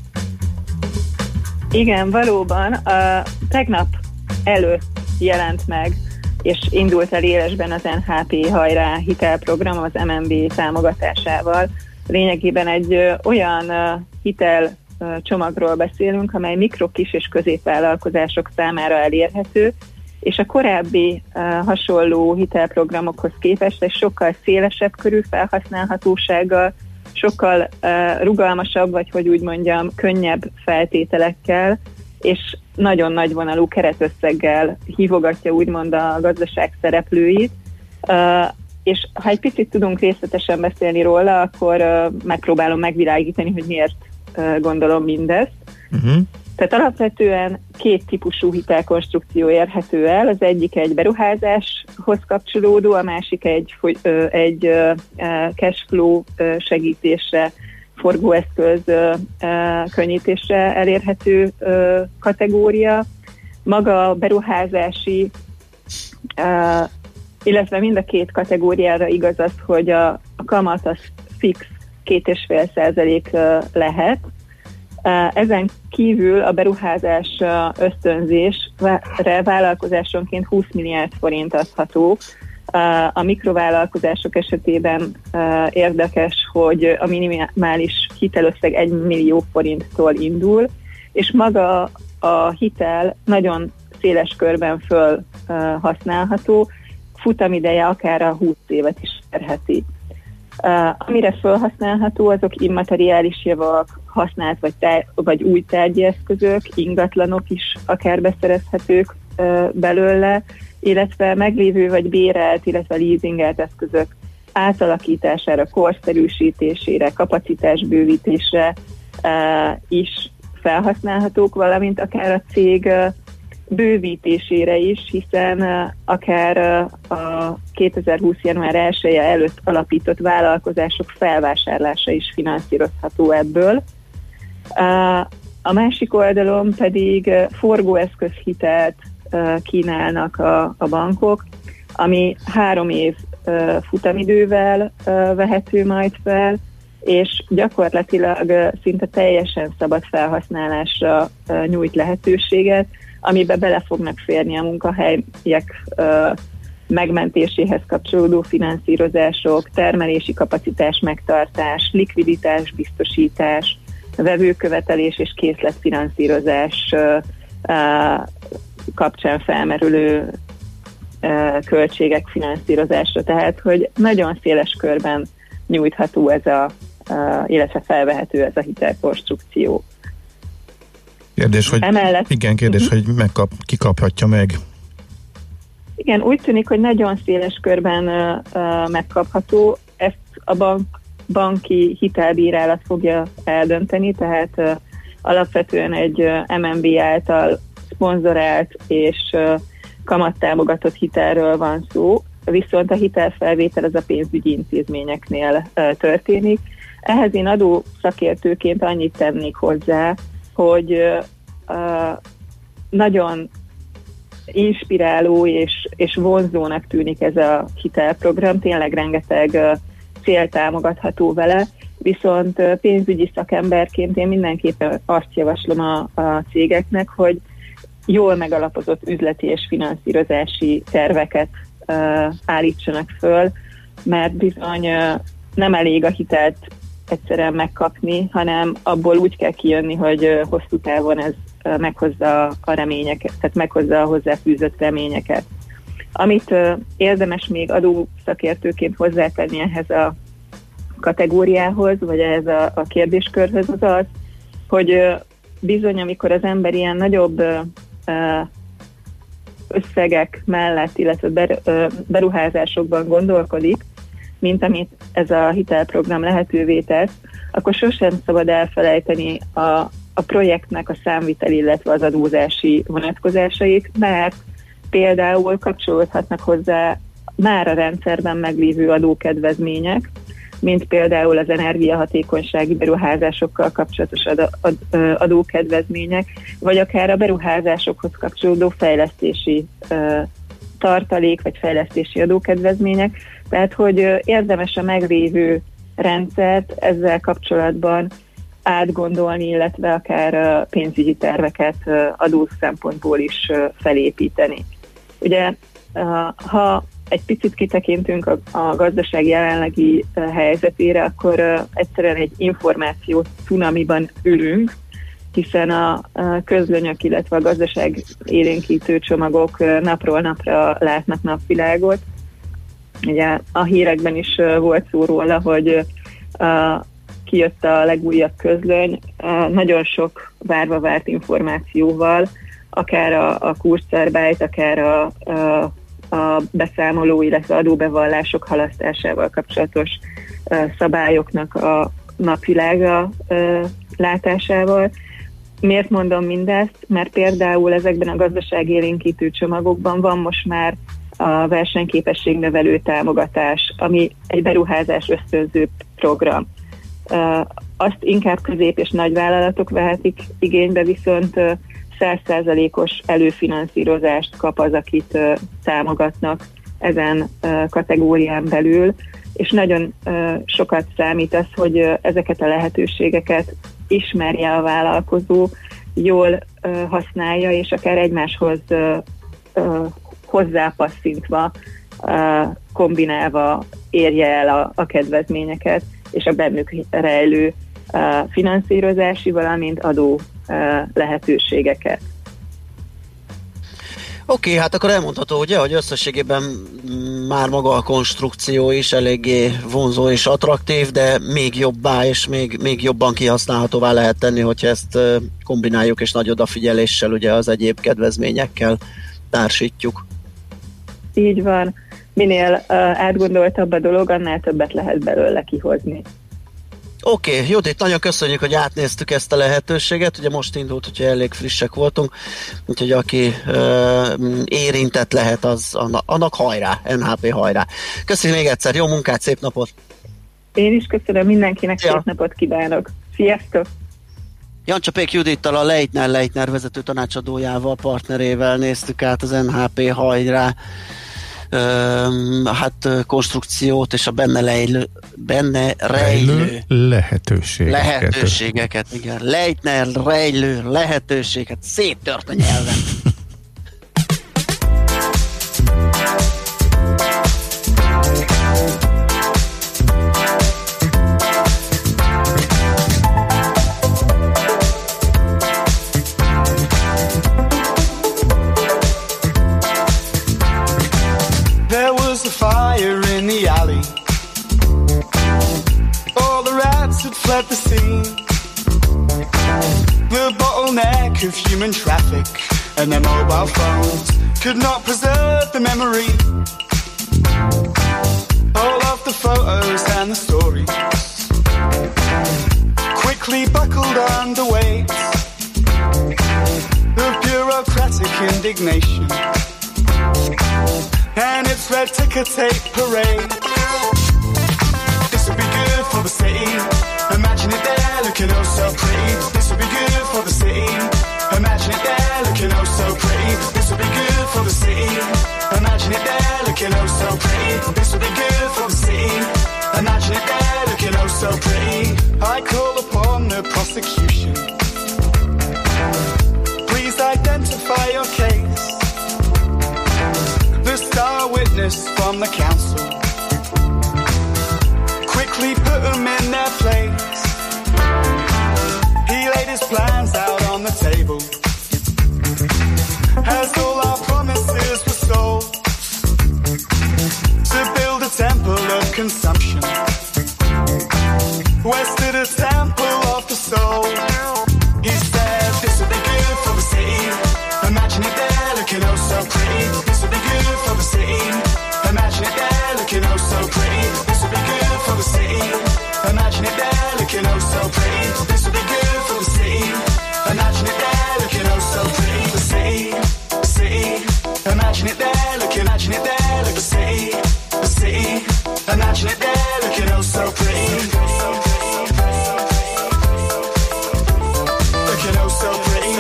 Igen, valóban. Tegnap előtt jelent meg, és indult el élesben az NHP Hajrá hitelprogram az MNB támogatásával. Lényegében egy olyan hitel csomagról beszélünk, amely mikro, kis és középvállalkozások számára elérhető, és a korábbi hasonló hitelprogramokhoz képest egy sokkal szélesebb körű felhasználhatósággal, sokkal rugalmasabb, vagy hogy úgy mondjam, könnyebb feltételekkel, és nagyon nagyvonalú keretösszeggel hívogatja úgymond a gazdaság szereplőit. És ha egy picit tudunk részletesen beszélni róla, akkor megpróbálom megvilágítani, hogy miért gondolom mindezt. Tehát alapvetően két típusú hitelkonstrukció érhető el. Az egyik egy beruházáshoz kapcsolódó, a másik egy cashflow segítésre, forgóeszköz könnyítésre elérhető kategória. Maga a beruházási, illetve mind a két kategóriára igaz az, hogy a kamat az fix 2,5% lehet. Ezen kívül a beruházás ösztönzésre vállalkozásonként 20 milliárd forint adható. A mikrovállalkozások esetében érdekes, hogy a minimális hitelösszeg 1 millió forinttól indul, és maga a hitel nagyon széles körben föl használható, futamideje akár a 20 évet is érheti. Amire felhasználható, azok immateriális javak, használt vagy új tárgyi eszközök, ingatlanok is akár beszerezhetők belőle, illetve meglévő vagy bérelt, illetve leasingelt eszközök átalakítására, korszerűsítésére, kapacitásbővítésre is felhasználhatók, valamint akár a cég bővítésére is, hiszen akár a 2020. január 1-e előtt alapított vállalkozások felvásárlása is finanszírozható ebből. A másik oldalon pedig forgóeszközhitelt kínálnak a bankok, ami 3 év futamidővel vehető majd fel, és gyakorlatilag szinte teljesen szabad felhasználásra nyújt lehetőséget, amiben bele fognak férni a munkahelyek megmentéséhez kapcsolódó finanszírozások, termelési kapacitás megtartás, likviditás biztosítás, vevőkövetelés és készletfinanszírozás kapcsán felmerülő költségek finanszírozása. Tehát, hogy nagyon széles körben nyújtható illetve felvehető ez a hitelkonstrukció. Kérdés, hogy ki kaphatja meg? Igen, úgy tűnik, hogy nagyon széles körben megkapható. Ezt a banki hitelbírálat fogja eldönteni, tehát alapvetően egy MNB által szponzorált és kamattámogatott hitelről van szó, viszont a hitelfelvétel az a pénzügyi intézményeknél történik. Ehhez én adó szakértőként annyit tennék hozzá, hogy nagyon inspiráló és vonzónak tűnik ez a hitelprogram, tényleg rengeteg cél támogatható vele, viszont pénzügyi szakemberként én mindenképpen azt javaslom a cégeknek, hogy jól megalapozott üzleti és finanszírozási terveket állítsanak föl, mert bizony nem elég a hitelt egyszerűen megkapni, hanem abból úgy kell kijönni, hogy hosszú távon ez meghozza a reményeket, tehát meghozza a hozzáfűzött reményeket. Amit érdemes még adószakértőként hozzátenni ehhez a kategóriához, vagy ehhez a kérdéskörhöz az, hogy bizony, amikor az ember ilyen nagyobb összegek mellett, illetve beruházásokban gondolkodik, mint amit ez a hitelprogram lehetővé tesz, akkor sosem szabad elfelejteni a projektnek a számvitel, illetve az adózási vonatkozásait, mert például kapcsolódhatnak hozzá már a rendszerben meglévő adókedvezmények, mint például az energiahatékonysági beruházásokkal kapcsolatos adókedvezmények, vagy akár a beruházásokhoz kapcsolódó fejlesztési tartalék, vagy fejlesztési adókedvezmények. Tehát, hogy érdemes a meglévő rendszert ezzel kapcsolatban átgondolni, illetve akár pénzügyi terveket adó szempontból is felépíteni. Ugye, ha egy picit kitekintünk a gazdaság jelenlegi helyzetére, akkor egyszerűen egy információ cunamiban ülünk, hiszen a közlönyök, illetve a gazdaság élénkítő csomagok napról napra látnak napvilágot. Ugye a hírekben is volt szó róla, hogy kijött a legújabb közlöny, nagyon sok várva várt információval, akár a kurzarbeit, akár a beszámoló, illetve adóbevallások halasztásával kapcsolatos szabályoknak a napvilága látásával. Miért mondom mindezt? Mert például ezekben a gazdaságélénkítő csomagokban van most már a versenyképességnövelő támogatás, ami egy beruházás ösztönző program. Azt inkább közép- és nagyvállalatok vehetik igénybe, viszont 100%-os előfinanszírozást kap az, akit támogatnak ezen kategórián belül, és nagyon sokat számít az, hogy ezeket a lehetőségeket ismerje a vállalkozó, jól használja, és akár egymáshoz hozzápasszintva, kombinálva érje el a kedvezményeket, és a bennük rejlő finanszírozási, valamint adó lehetőségeket. Oké, hát akkor elmondható, ugye, hogy összességében már maga a konstrukció is eléggé vonzó és attraktív, de még jobbá és még jobban kihasználhatóvá lehet tenni, hogyha ezt kombináljuk és nagy odafigyeléssel ugye az egyéb kedvezményekkel társítjuk. Így van. Minél átgondoltabb a dolog, annál többet lehet belőle kihozni. Oké, Judit, nagyon köszönjük, hogy átnéztük ezt a lehetőséget. Ugye most indult, hogy elég frissek voltunk, úgyhogy aki érintett lehet, annak hajrá, NHP hajrá. Köszönjük még egyszer, jó munkát, szép napot! Én is köszönöm, mindenkinek szép napot kívánok. Sziasztok! Jancsapék Judittal, a Leitner vezető tanácsadójával, partnerével néztük át az NHP hajrá konstrukciót és a benne rejlő lehetőségeket. Igen. Leitner rejlő lehetőséget széttört a nyelven. Fire in the alley. All the rats had fled the scene. The bottleneck of human traffic and their mobile phones could not preserve the memory. All of the photos and the stories quickly buckled under weight of bureaucratic indignation and its red ticker tape parade. This would be good for the city. Imagine it there looking oh so pretty. This would be good for the city. Imagine it there looking oh so pretty. This would be good for the city. Imagine it there looking oh so pretty. This would be good for the city. Imagine it there looking oh so pretty. I call upon the prosecution. Please identify your case. The star witness from the council. Quickly put him in their place. He laid his plans out on the table as all our promises were sold to build a temple of consumption west of the temple of the soul. He said this would be good for the city. Imagine it there looking oh so pretty. This would be good for the city. Imagine it there looking This will be good for the city. Imagine it there, looking oh so pretty. The city, the city. Imagine it there, looking the city, the city. Imagine it there, looking oh so pretty. Looking oh so pretty.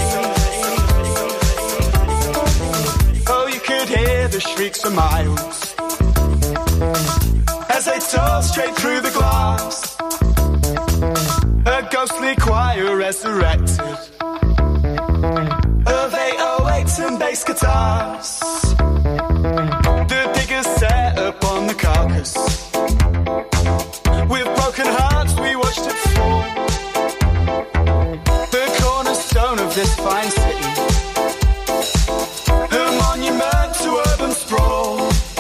Oh, you could hear the shrieks for miles as they tore straight through the glass. A ghostly choir resurrected of 808s and bass guitars. The diggers set up on the carcass. With broken hearts we watched it fall. The cornerstone of this fine city, a monument to urban sprawl.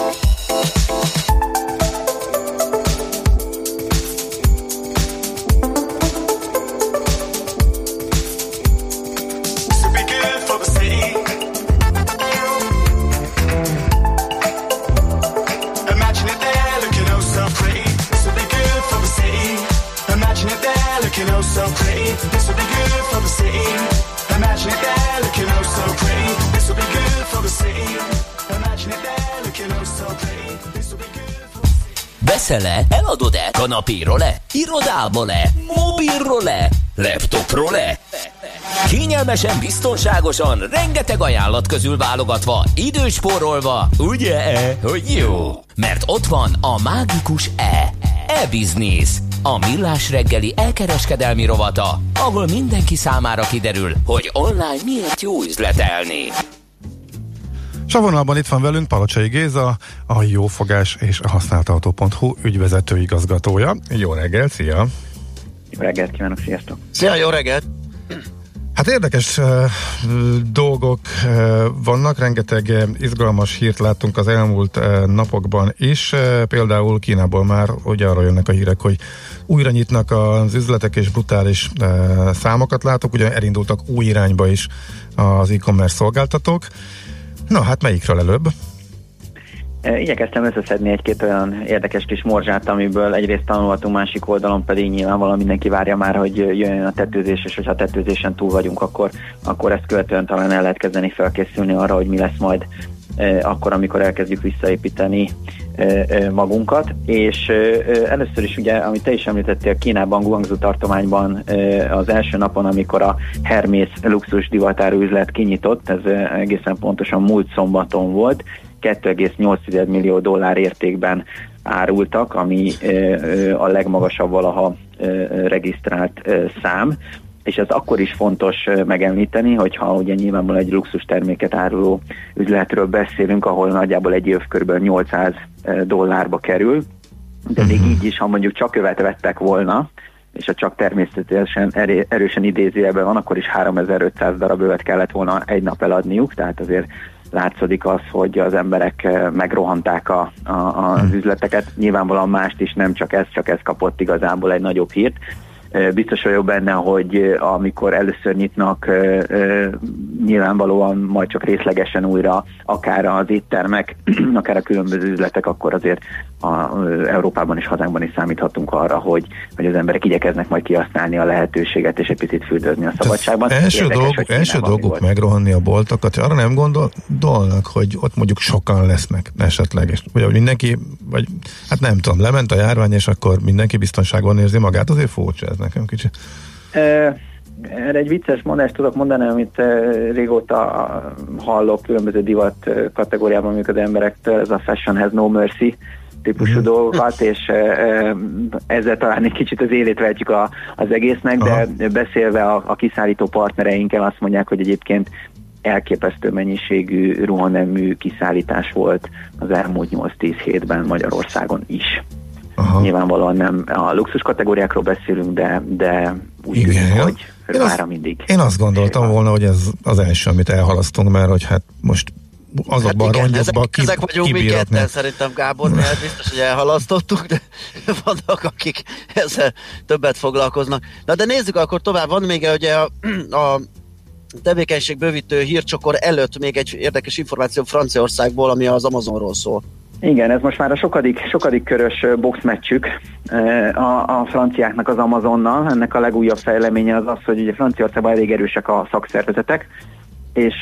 Looking oh so pretty, this will be good for the city. Imagine it there, looking oh so pretty. This will be good for the city. Imagine it there, looking oh so pretty. This will be good for the city. Veszel-e? Eladod-e? Kanapéról-e? Irodából-e? Mobilról-e? Laptopról-e? Kényelmesen, biztonságosan, rengeteg ajánlat közül válogatva, időspórolva, ugye-e, hogy jó? Mert ott van a mágikus e-business, a Millás reggeli elkereskedelmi rovata, ahol mindenki számára kiderül, hogy online miért jó üzletelni. És a vonalban itt van velünk Palocsai Géza, a Jófogás és a használtautó.hu ügyvezető igazgatója. Jó reggelt, szia! Jó reggelt kívánok, sziasztok! Szia, jó reggelt! Hát érdekes dolgok vannak, rengeteg izgalmas hírt láttunk az elmúlt napokban is, például Kínából már ugye arra jönnek a hírek, hogy újra nyitnak az üzletek és brutális számokat látok, ugye elindultak új irányba is az e-commerce szolgáltatók. Na hát melyikről előbb? Igyekeztem összeszedni egy-két olyan érdekes kis morzsát, amiből egyrészt tanulhatunk, másik oldalon pedig nyilvánvalóan mindenki várja már, hogy jöjjön a tetőzés, és hogyha a tetőzésen túl vagyunk, akkor ezt követően talán el lehet kezdeni felkészülni arra, hogy mi lesz majd akkor, amikor elkezdjük visszaépíteni magunkat. És először is ugye, amit te is említettél, Kínában, Guangzhou tartományban az első napon, amikor a Hermès luxus divatáru üzlet kinyitott, ez egészen pontosan múlt szombaton volt, $2,8 millió értékben árultak, ami a legmagasabb valaha regisztrált szám, és ez akkor is fontos megemlíteni, hogyha ugye nyilvánvalóan egy luxus terméket áruló üzletről beszélünk, ahol nagyjából egy év kb. $800 kerül, de még így is, ha mondjuk csak követ vettek volna, és a csak természetesen erősen idézőjelben van, akkor is 3500 darab övet kellett volna egy nap eladniuk, tehát azért látszódik az, hogy az emberek megrohanták az üzleteket. Nyilvánvalóan mást is, nem csak ez kapott igazából egy nagyobb hírt. Biztos vagyok benne, hogy amikor először nyitnak, nyilvánvalóan majd csak részlegesen újra, akár az éttermek, akár a különböző üzletek, akkor azért Európában és hazánkban is számíthatunk arra, hogy az emberek igyekeznek majd kihasználni a lehetőséget, és egy picit fürdőzni a szabadságban. Első dolguk megrohanni a boltokat, arra nem gondolnak, hogy ott mondjuk sokan lesznek esetleg, és ugye mindenki, vagy hát nem tudom, lement a járvány, és akkor mindenki biztonságban érzi magát, azért furcsa ez nekem kicsit. Erre egy vicces mondást tudok mondani, amit régóta hallok különböző divat kategóriában működő emberektől, ez a fashion has no mercy típusú dolgokat, és ezzel talán egy kicsit az élét vehetjük az egésznek, de beszélve a kiszállító partnereinkkel azt mondják, hogy egyébként elképesztő mennyiségű ruhanemű kiszállítás volt az elmúlt 8-10 hétben Magyarországon is. Aha. Nyilvánvalóan nem a luxus kategóriákról beszélünk, de úgy tűnik, hogy mára mindig. Én azt gondoltam volna, hogy ez az első, amit elhalasztunk, mert hogy hát most azokban a rongyokban ezek vagyunk mi ketten, szerintem Gábor, mert biztos, hogy elhalasztottuk, de vannak, akik ezzel többet foglalkoznak. Na de nézzük akkor tovább, van még ugye a tevékenység bővítő hírcsokor előtt még egy érdekes információ Franciaországból, ami az Amazonról szól. Igen, ez most már a sokadik körös boxmeccsük a franciáknak az Amazonnal. Ennek a legújabb fejleménye az, hogy ugye Franciaországban elég erősek a szakszervezetek, és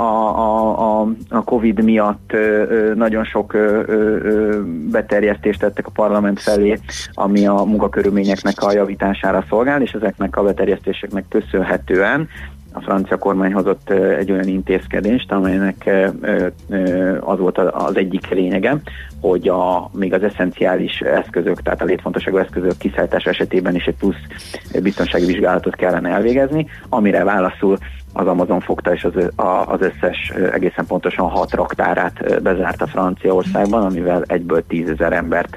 a Covid miatt nagyon sok beterjesztést tettek a parlament felé, ami a munkakörülményeknek a javítására szolgál, és ezeknek a beterjesztéseknek köszönhetően a francia kormány hozott egy olyan intézkedést, amelynek az volt az egyik lényege, hogy még az eszenciális eszközök, tehát a létfontosságú eszközök kiszállítása esetében is egy plusz biztonsági vizsgálatot kellene elvégezni, amire válaszul az Amazon fogta, és az összes egészen pontosan 6 raktárát bezárta Franciaországban, amivel egyből 10 000 embert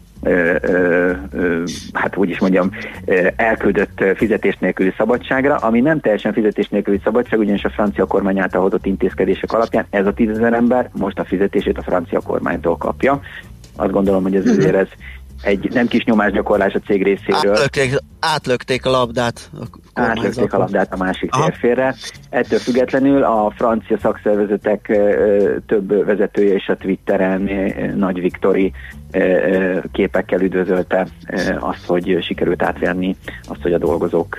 hát úgy is mondjam, elküldött fizetés nélküli szabadságra, ami nem teljesen fizetés nélküli szabadság, ugyanis a francia kormány által hozott intézkedések alapján ez a 10 000 ember most a fizetését a francia kormánytól kapja. Azt gondolom, hogy ezért ez egy nem kis nyomásgyakorlás a cég részéről. Átlökték a labdát. Átlökték a labdát a másik térfélre. Ettől függetlenül a francia szakszervezetek több vezetője is a Twitteren Nagy Viktori képekkel üdvözölte azt, hogy sikerült átvenni azt, hogy a dolgozók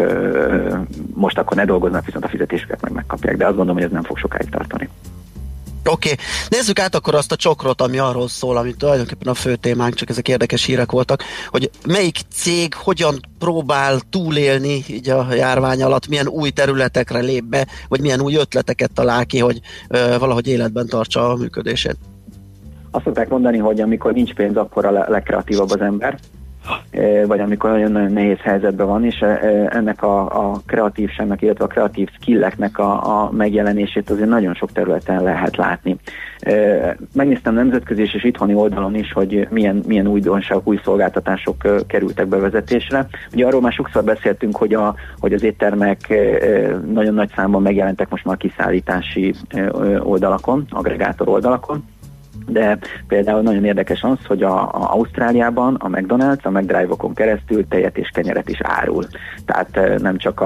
most akkor ne dolgoznak, viszont a fizetésüket megkapják. De azt gondolom, hogy ez nem fog sokáig tartani. Oké. Nézzük át akkor azt a csokrot, ami arról szól, ami tulajdonképpen a fő témánk, csak ezek érdekes hírek voltak, hogy melyik cég hogyan próbál túlélni így a járvány alatt, milyen új területekre lép be, vagy milyen új ötleteket talál ki, hogy valahogy életben tartsa a működését. Azt szokták mondani, hogy amikor nincs pénz, akkor a legkreatívabb az ember, vagy amikor nagyon nehéz helyzetben van, és ennek a kreatívságnak, illetve a kreatív skilleknek a megjelenését azért nagyon sok területen lehet látni. Megnéztem nemzetközi és itthoni oldalon is, hogy milyen újdonságok, új szolgáltatások kerültek bevezetésre. Ugye arról már sokszor beszéltünk, hogy az éttermek nagyon nagy számban megjelentek most már kiszállítási oldalakon, agregátor oldalakon, de például nagyon érdekes az, hogy Ausztráliában a McDonald's a McDrive-okon keresztül tejet és kenyeret is árul. Tehát nem csak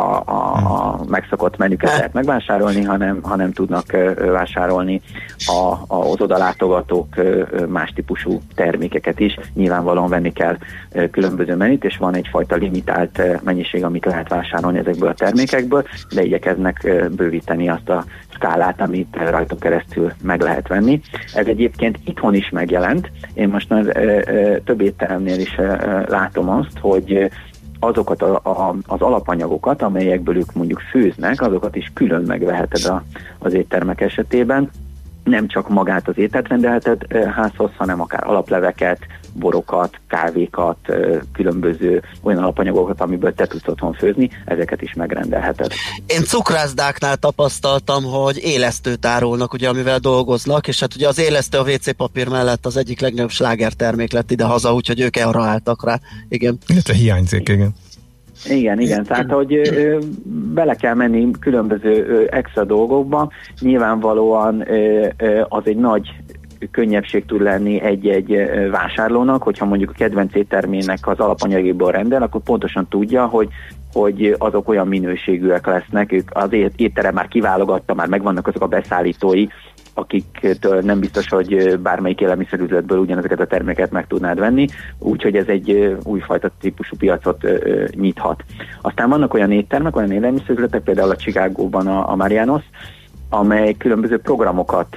a megszokott menüket lehet megvásárolni, hanem tudnak vásárolni az odalátogatók más típusú termékeket is. Nyilvánvalóan venni kell különböző menüt, és van egyfajta limitált mennyiség, amit lehet vásárolni ezekből a termékekből, de igyekeznek bővíteni azt a skálát, amit rajta keresztül meg lehet venni. Ez egyébként itthon is megjelent. Én most már több étteremnél is látom azt, hogy azokat az alapanyagokat, amelyekből ők mondjuk főznek, azokat is külön megveheted az éttermek esetében. Nem csak magát az ételt rendelheted házhoz, hanem akár alapleveket, borokat, kávékat, különböző olyan alapanyagokat, amiből te tudsz otthon főzni, ezeket is megrendelheted. Én cukrászdáknál tapasztaltam, hogy élesztőt árulnak, ugye, amivel dolgoznak, és hát ugye az élesztő a WC papír mellett az egyik legnagyobb slágertermék lett ide-haza, úgyhogy ők arra álltak rá. Igen. Illetve hiányzik, igen. Igen, tehát hogy bele kell menni különböző extra dolgokba, nyilvánvalóan az egy nagy könnyebbség tud lenni egy vásárlónak, hogyha mondjuk a kedvenc éttermének az alapanyagiból rendel, akkor pontosan tudja, hogy azok olyan minőségűek lesznek, ők az étterem már kiválogatta, már megvannak azok a beszállítói, akiktől nem biztos, hogy bármelyik élelmiszerüzletből ugyanezeket a termékeket meg tudnád venni, úgyhogy ez egy újfajta típusú piacot nyithat. Aztán vannak olyan éttermek, olyan élelmiszerüzletek, például a Chicagóban a Marianos, amely különböző programokat,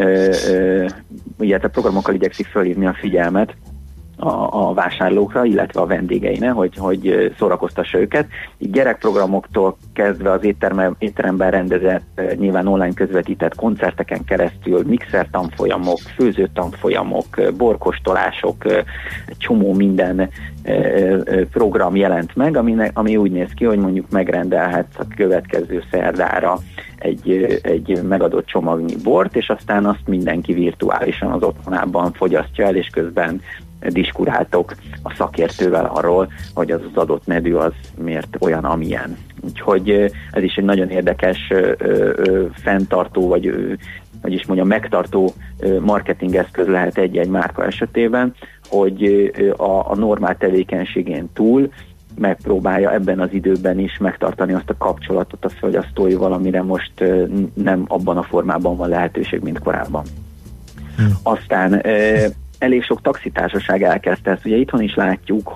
illetve programokkal igyekszik fölhívni a figyelmet a vásárlókra, illetve a vendégeine, hogy szórakoztassa őket. Így gyerekprogramoktól kezdve az étteremben rendezett, nyilván online közvetített koncerteken keresztül mixer tanfolyamok, főző tanfolyamok, borkostolások, egy csomó minden program jelent meg, ami úgy néz ki, hogy mondjuk megrendelhetsz a következő szerdára egy megadott csomagnyi bort, és aztán azt mindenki virtuálisan az otthonában fogyasztja el, és közben diskuráltok a szakértővel arról, hogy az adott medű az miért olyan, amilyen. Úgyhogy ez is egy nagyon érdekes fenntartó, vagyis mondjam, megtartó marketingeszköz lehet egy márka esetében, hogy a normál tevékenységén túl megpróbálja ebben az időben is megtartani azt a kapcsolatot a fogyasztóival, amire most nem abban a formában van lehetőség, mint korábban. Aztán elég sok taxitársaság elkezdte ezt. Ugye itthon is látjuk,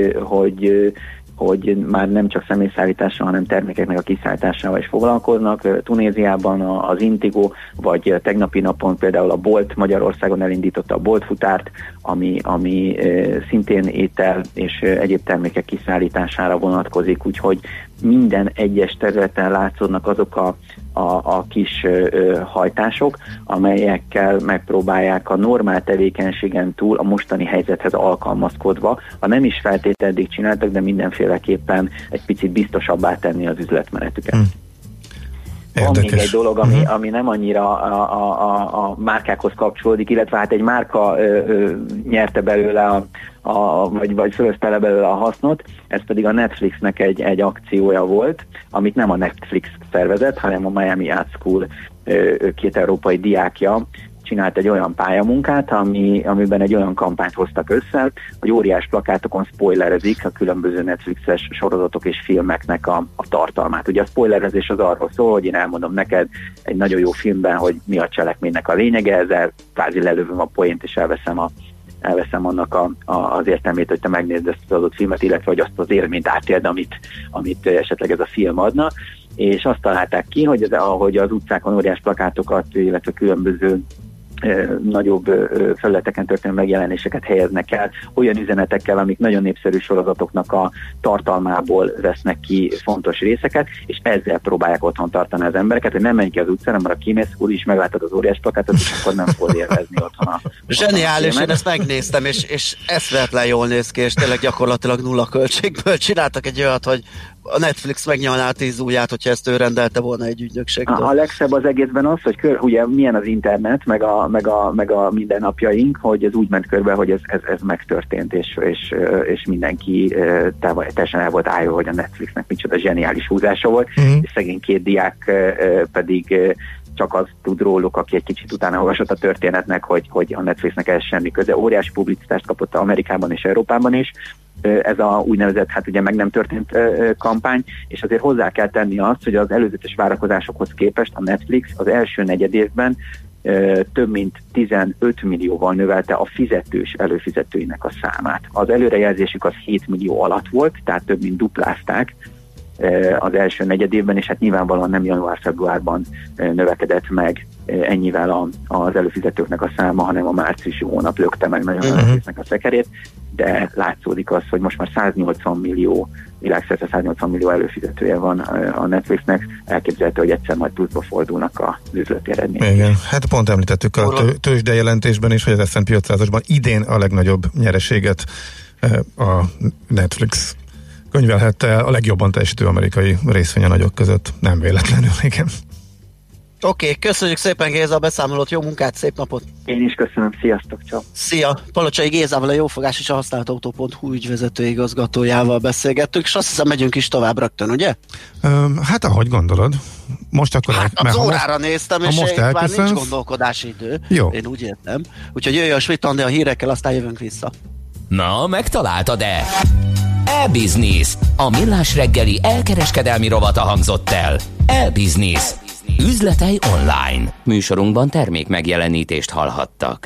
hogy már nem csak személyszállítással, hanem termékeknek a kiszállításával is foglalkoznak. Tunéziában az Indigo, vagy tegnapi napon például a Bolt Magyarországon elindította a Bolt futárt, ami szintén étel és egyéb termékek kiszállítására vonatkozik, úgyhogy minden egyes területen látszódnak azok a kis hajtások, amelyekkel megpróbálják a normál tevékenységen túl a mostani helyzethez alkalmazkodva, ha nem is feltétlenül eddig csináltak, de mindenféleképpen egy picit biztosabbá tenni az üzletmenetüket. Van még egy dolog, ami nem annyira a márkákhoz kapcsolódik, illetve hát egy márka nyerte belőle vagy fölözte belőle a hasznot, ez pedig a Netflixnek egy akciója volt, amit nem a Netflix szervezett, hanem a Miami Art School két európai diákja csinált egy olyan pályamunkát, amiben egy olyan kampányt hoztak össze, hogy óriás plakátokon spoilerezik a különböző Netflixes sorozatok és filmeknek a tartalmát. Ugye a spoilerezés az arról szól, hogy én elmondom neked egy nagyon jó filmben, hogy mi a cselekménynek a lényege, ezzel kvázi lelövöm a poént és elveszem annak az értelmét, hogy te megnézd ezt az adott filmet, illetve hogy azt az élményt átéld, amit esetleg ez a film adna. És azt találták ki, hogy ahogy az utcákon óriás plakátokat, illetve különböző nagyobb felületeken történő megjelenéseket helyeznek el, olyan üzenetekkel, amik nagyon népszerű sorozatoknak a tartalmából vesznek ki fontos részeket, és ezzel próbálják otthon tartani az embereket, hogy nem menj ki az utcára, mert a kimész, úgyis meglátod az óriás plakátot, és akkor nem fogod élvezni otthon Zseniális, én ezt megnéztem, és eszméletlen jól néz ki, és tényleg gyakorlatilag nulla költségből csináltak egy olyat, hogy a Netflix megnyalná 10 ujját, hogyha ezt ő rendelte volna egy ügynökségtől. A legszebb az egészben az, hogy ugye milyen az internet, meg a mindennapjaink, hogy ez úgy ment körbe, hogy ez megtörtént, és mindenki teljesen el volt állva, hogy a Netflixnek micsoda zseniális húzása volt, és szegény két diák pedig csak az tud róluk, aki egy kicsit utána olvasott a történetnek, hogy a Netflixnek ez semmi köze. Óriási publicitást kapott Amerikában és Európában is, ez a úgynevezett, hát ugye meg nem történt kampány, és azért hozzá kell tenni azt, hogy az előzetes várakozásokhoz képest a Netflix az első negyedévben több mint 15 millióval növelte a fizetős előfizetőinek a számát. Az előrejelzésük az 7 millió alatt volt, tehát több mint duplázták az első negyedévben, és hát nyilvánvalóan nem január-februárban növekedett meg ennyivel az előfizetőknek a száma, hanem a márciusi hónap lökte meg nagyon a Netflixnek a szekerét, de látszódik az, hogy most már 180 millió, világszerte 180 millió előfizetője van a Netflixnek, elképzelhető, hogy egyszer majd pluszba fordulnak az üzleti eredmények. Igen, hát pont említettük a tőzsdejelentésben is, hogy az S&P 500-asban idén a legnagyobb nyereséget a Netflix könyvelhette a legjobban teljesítő amerikai részvényanagyok között. Nem véletlenül, igen. Oké, köszönjük szépen Géza a beszámolót, jó munkát, szép napot! Én is köszönöm, sziasztok, csak! Szia! Palocsai Gézával, a Jófogás és a Használtautó.hu ügyvezető igazgatójával beszélgettünk, és azt hiszem megyünk is tovább rögtön, ugye? Hát ahogy gondolod. Most akkor... az órára néztem, és már nincs gondolkodási idő. Jó. Én úgy értem. Úgyhogy jöjjön a Svitandi a hírekkel, aztán jövünk vissza. Na, megtaláltad-e? E-Business. A millás reggeli elkereskedelmi rovata hangzott el. E-Business. Üzletei online. Műsorunkban termék megjelenítést hallhattak.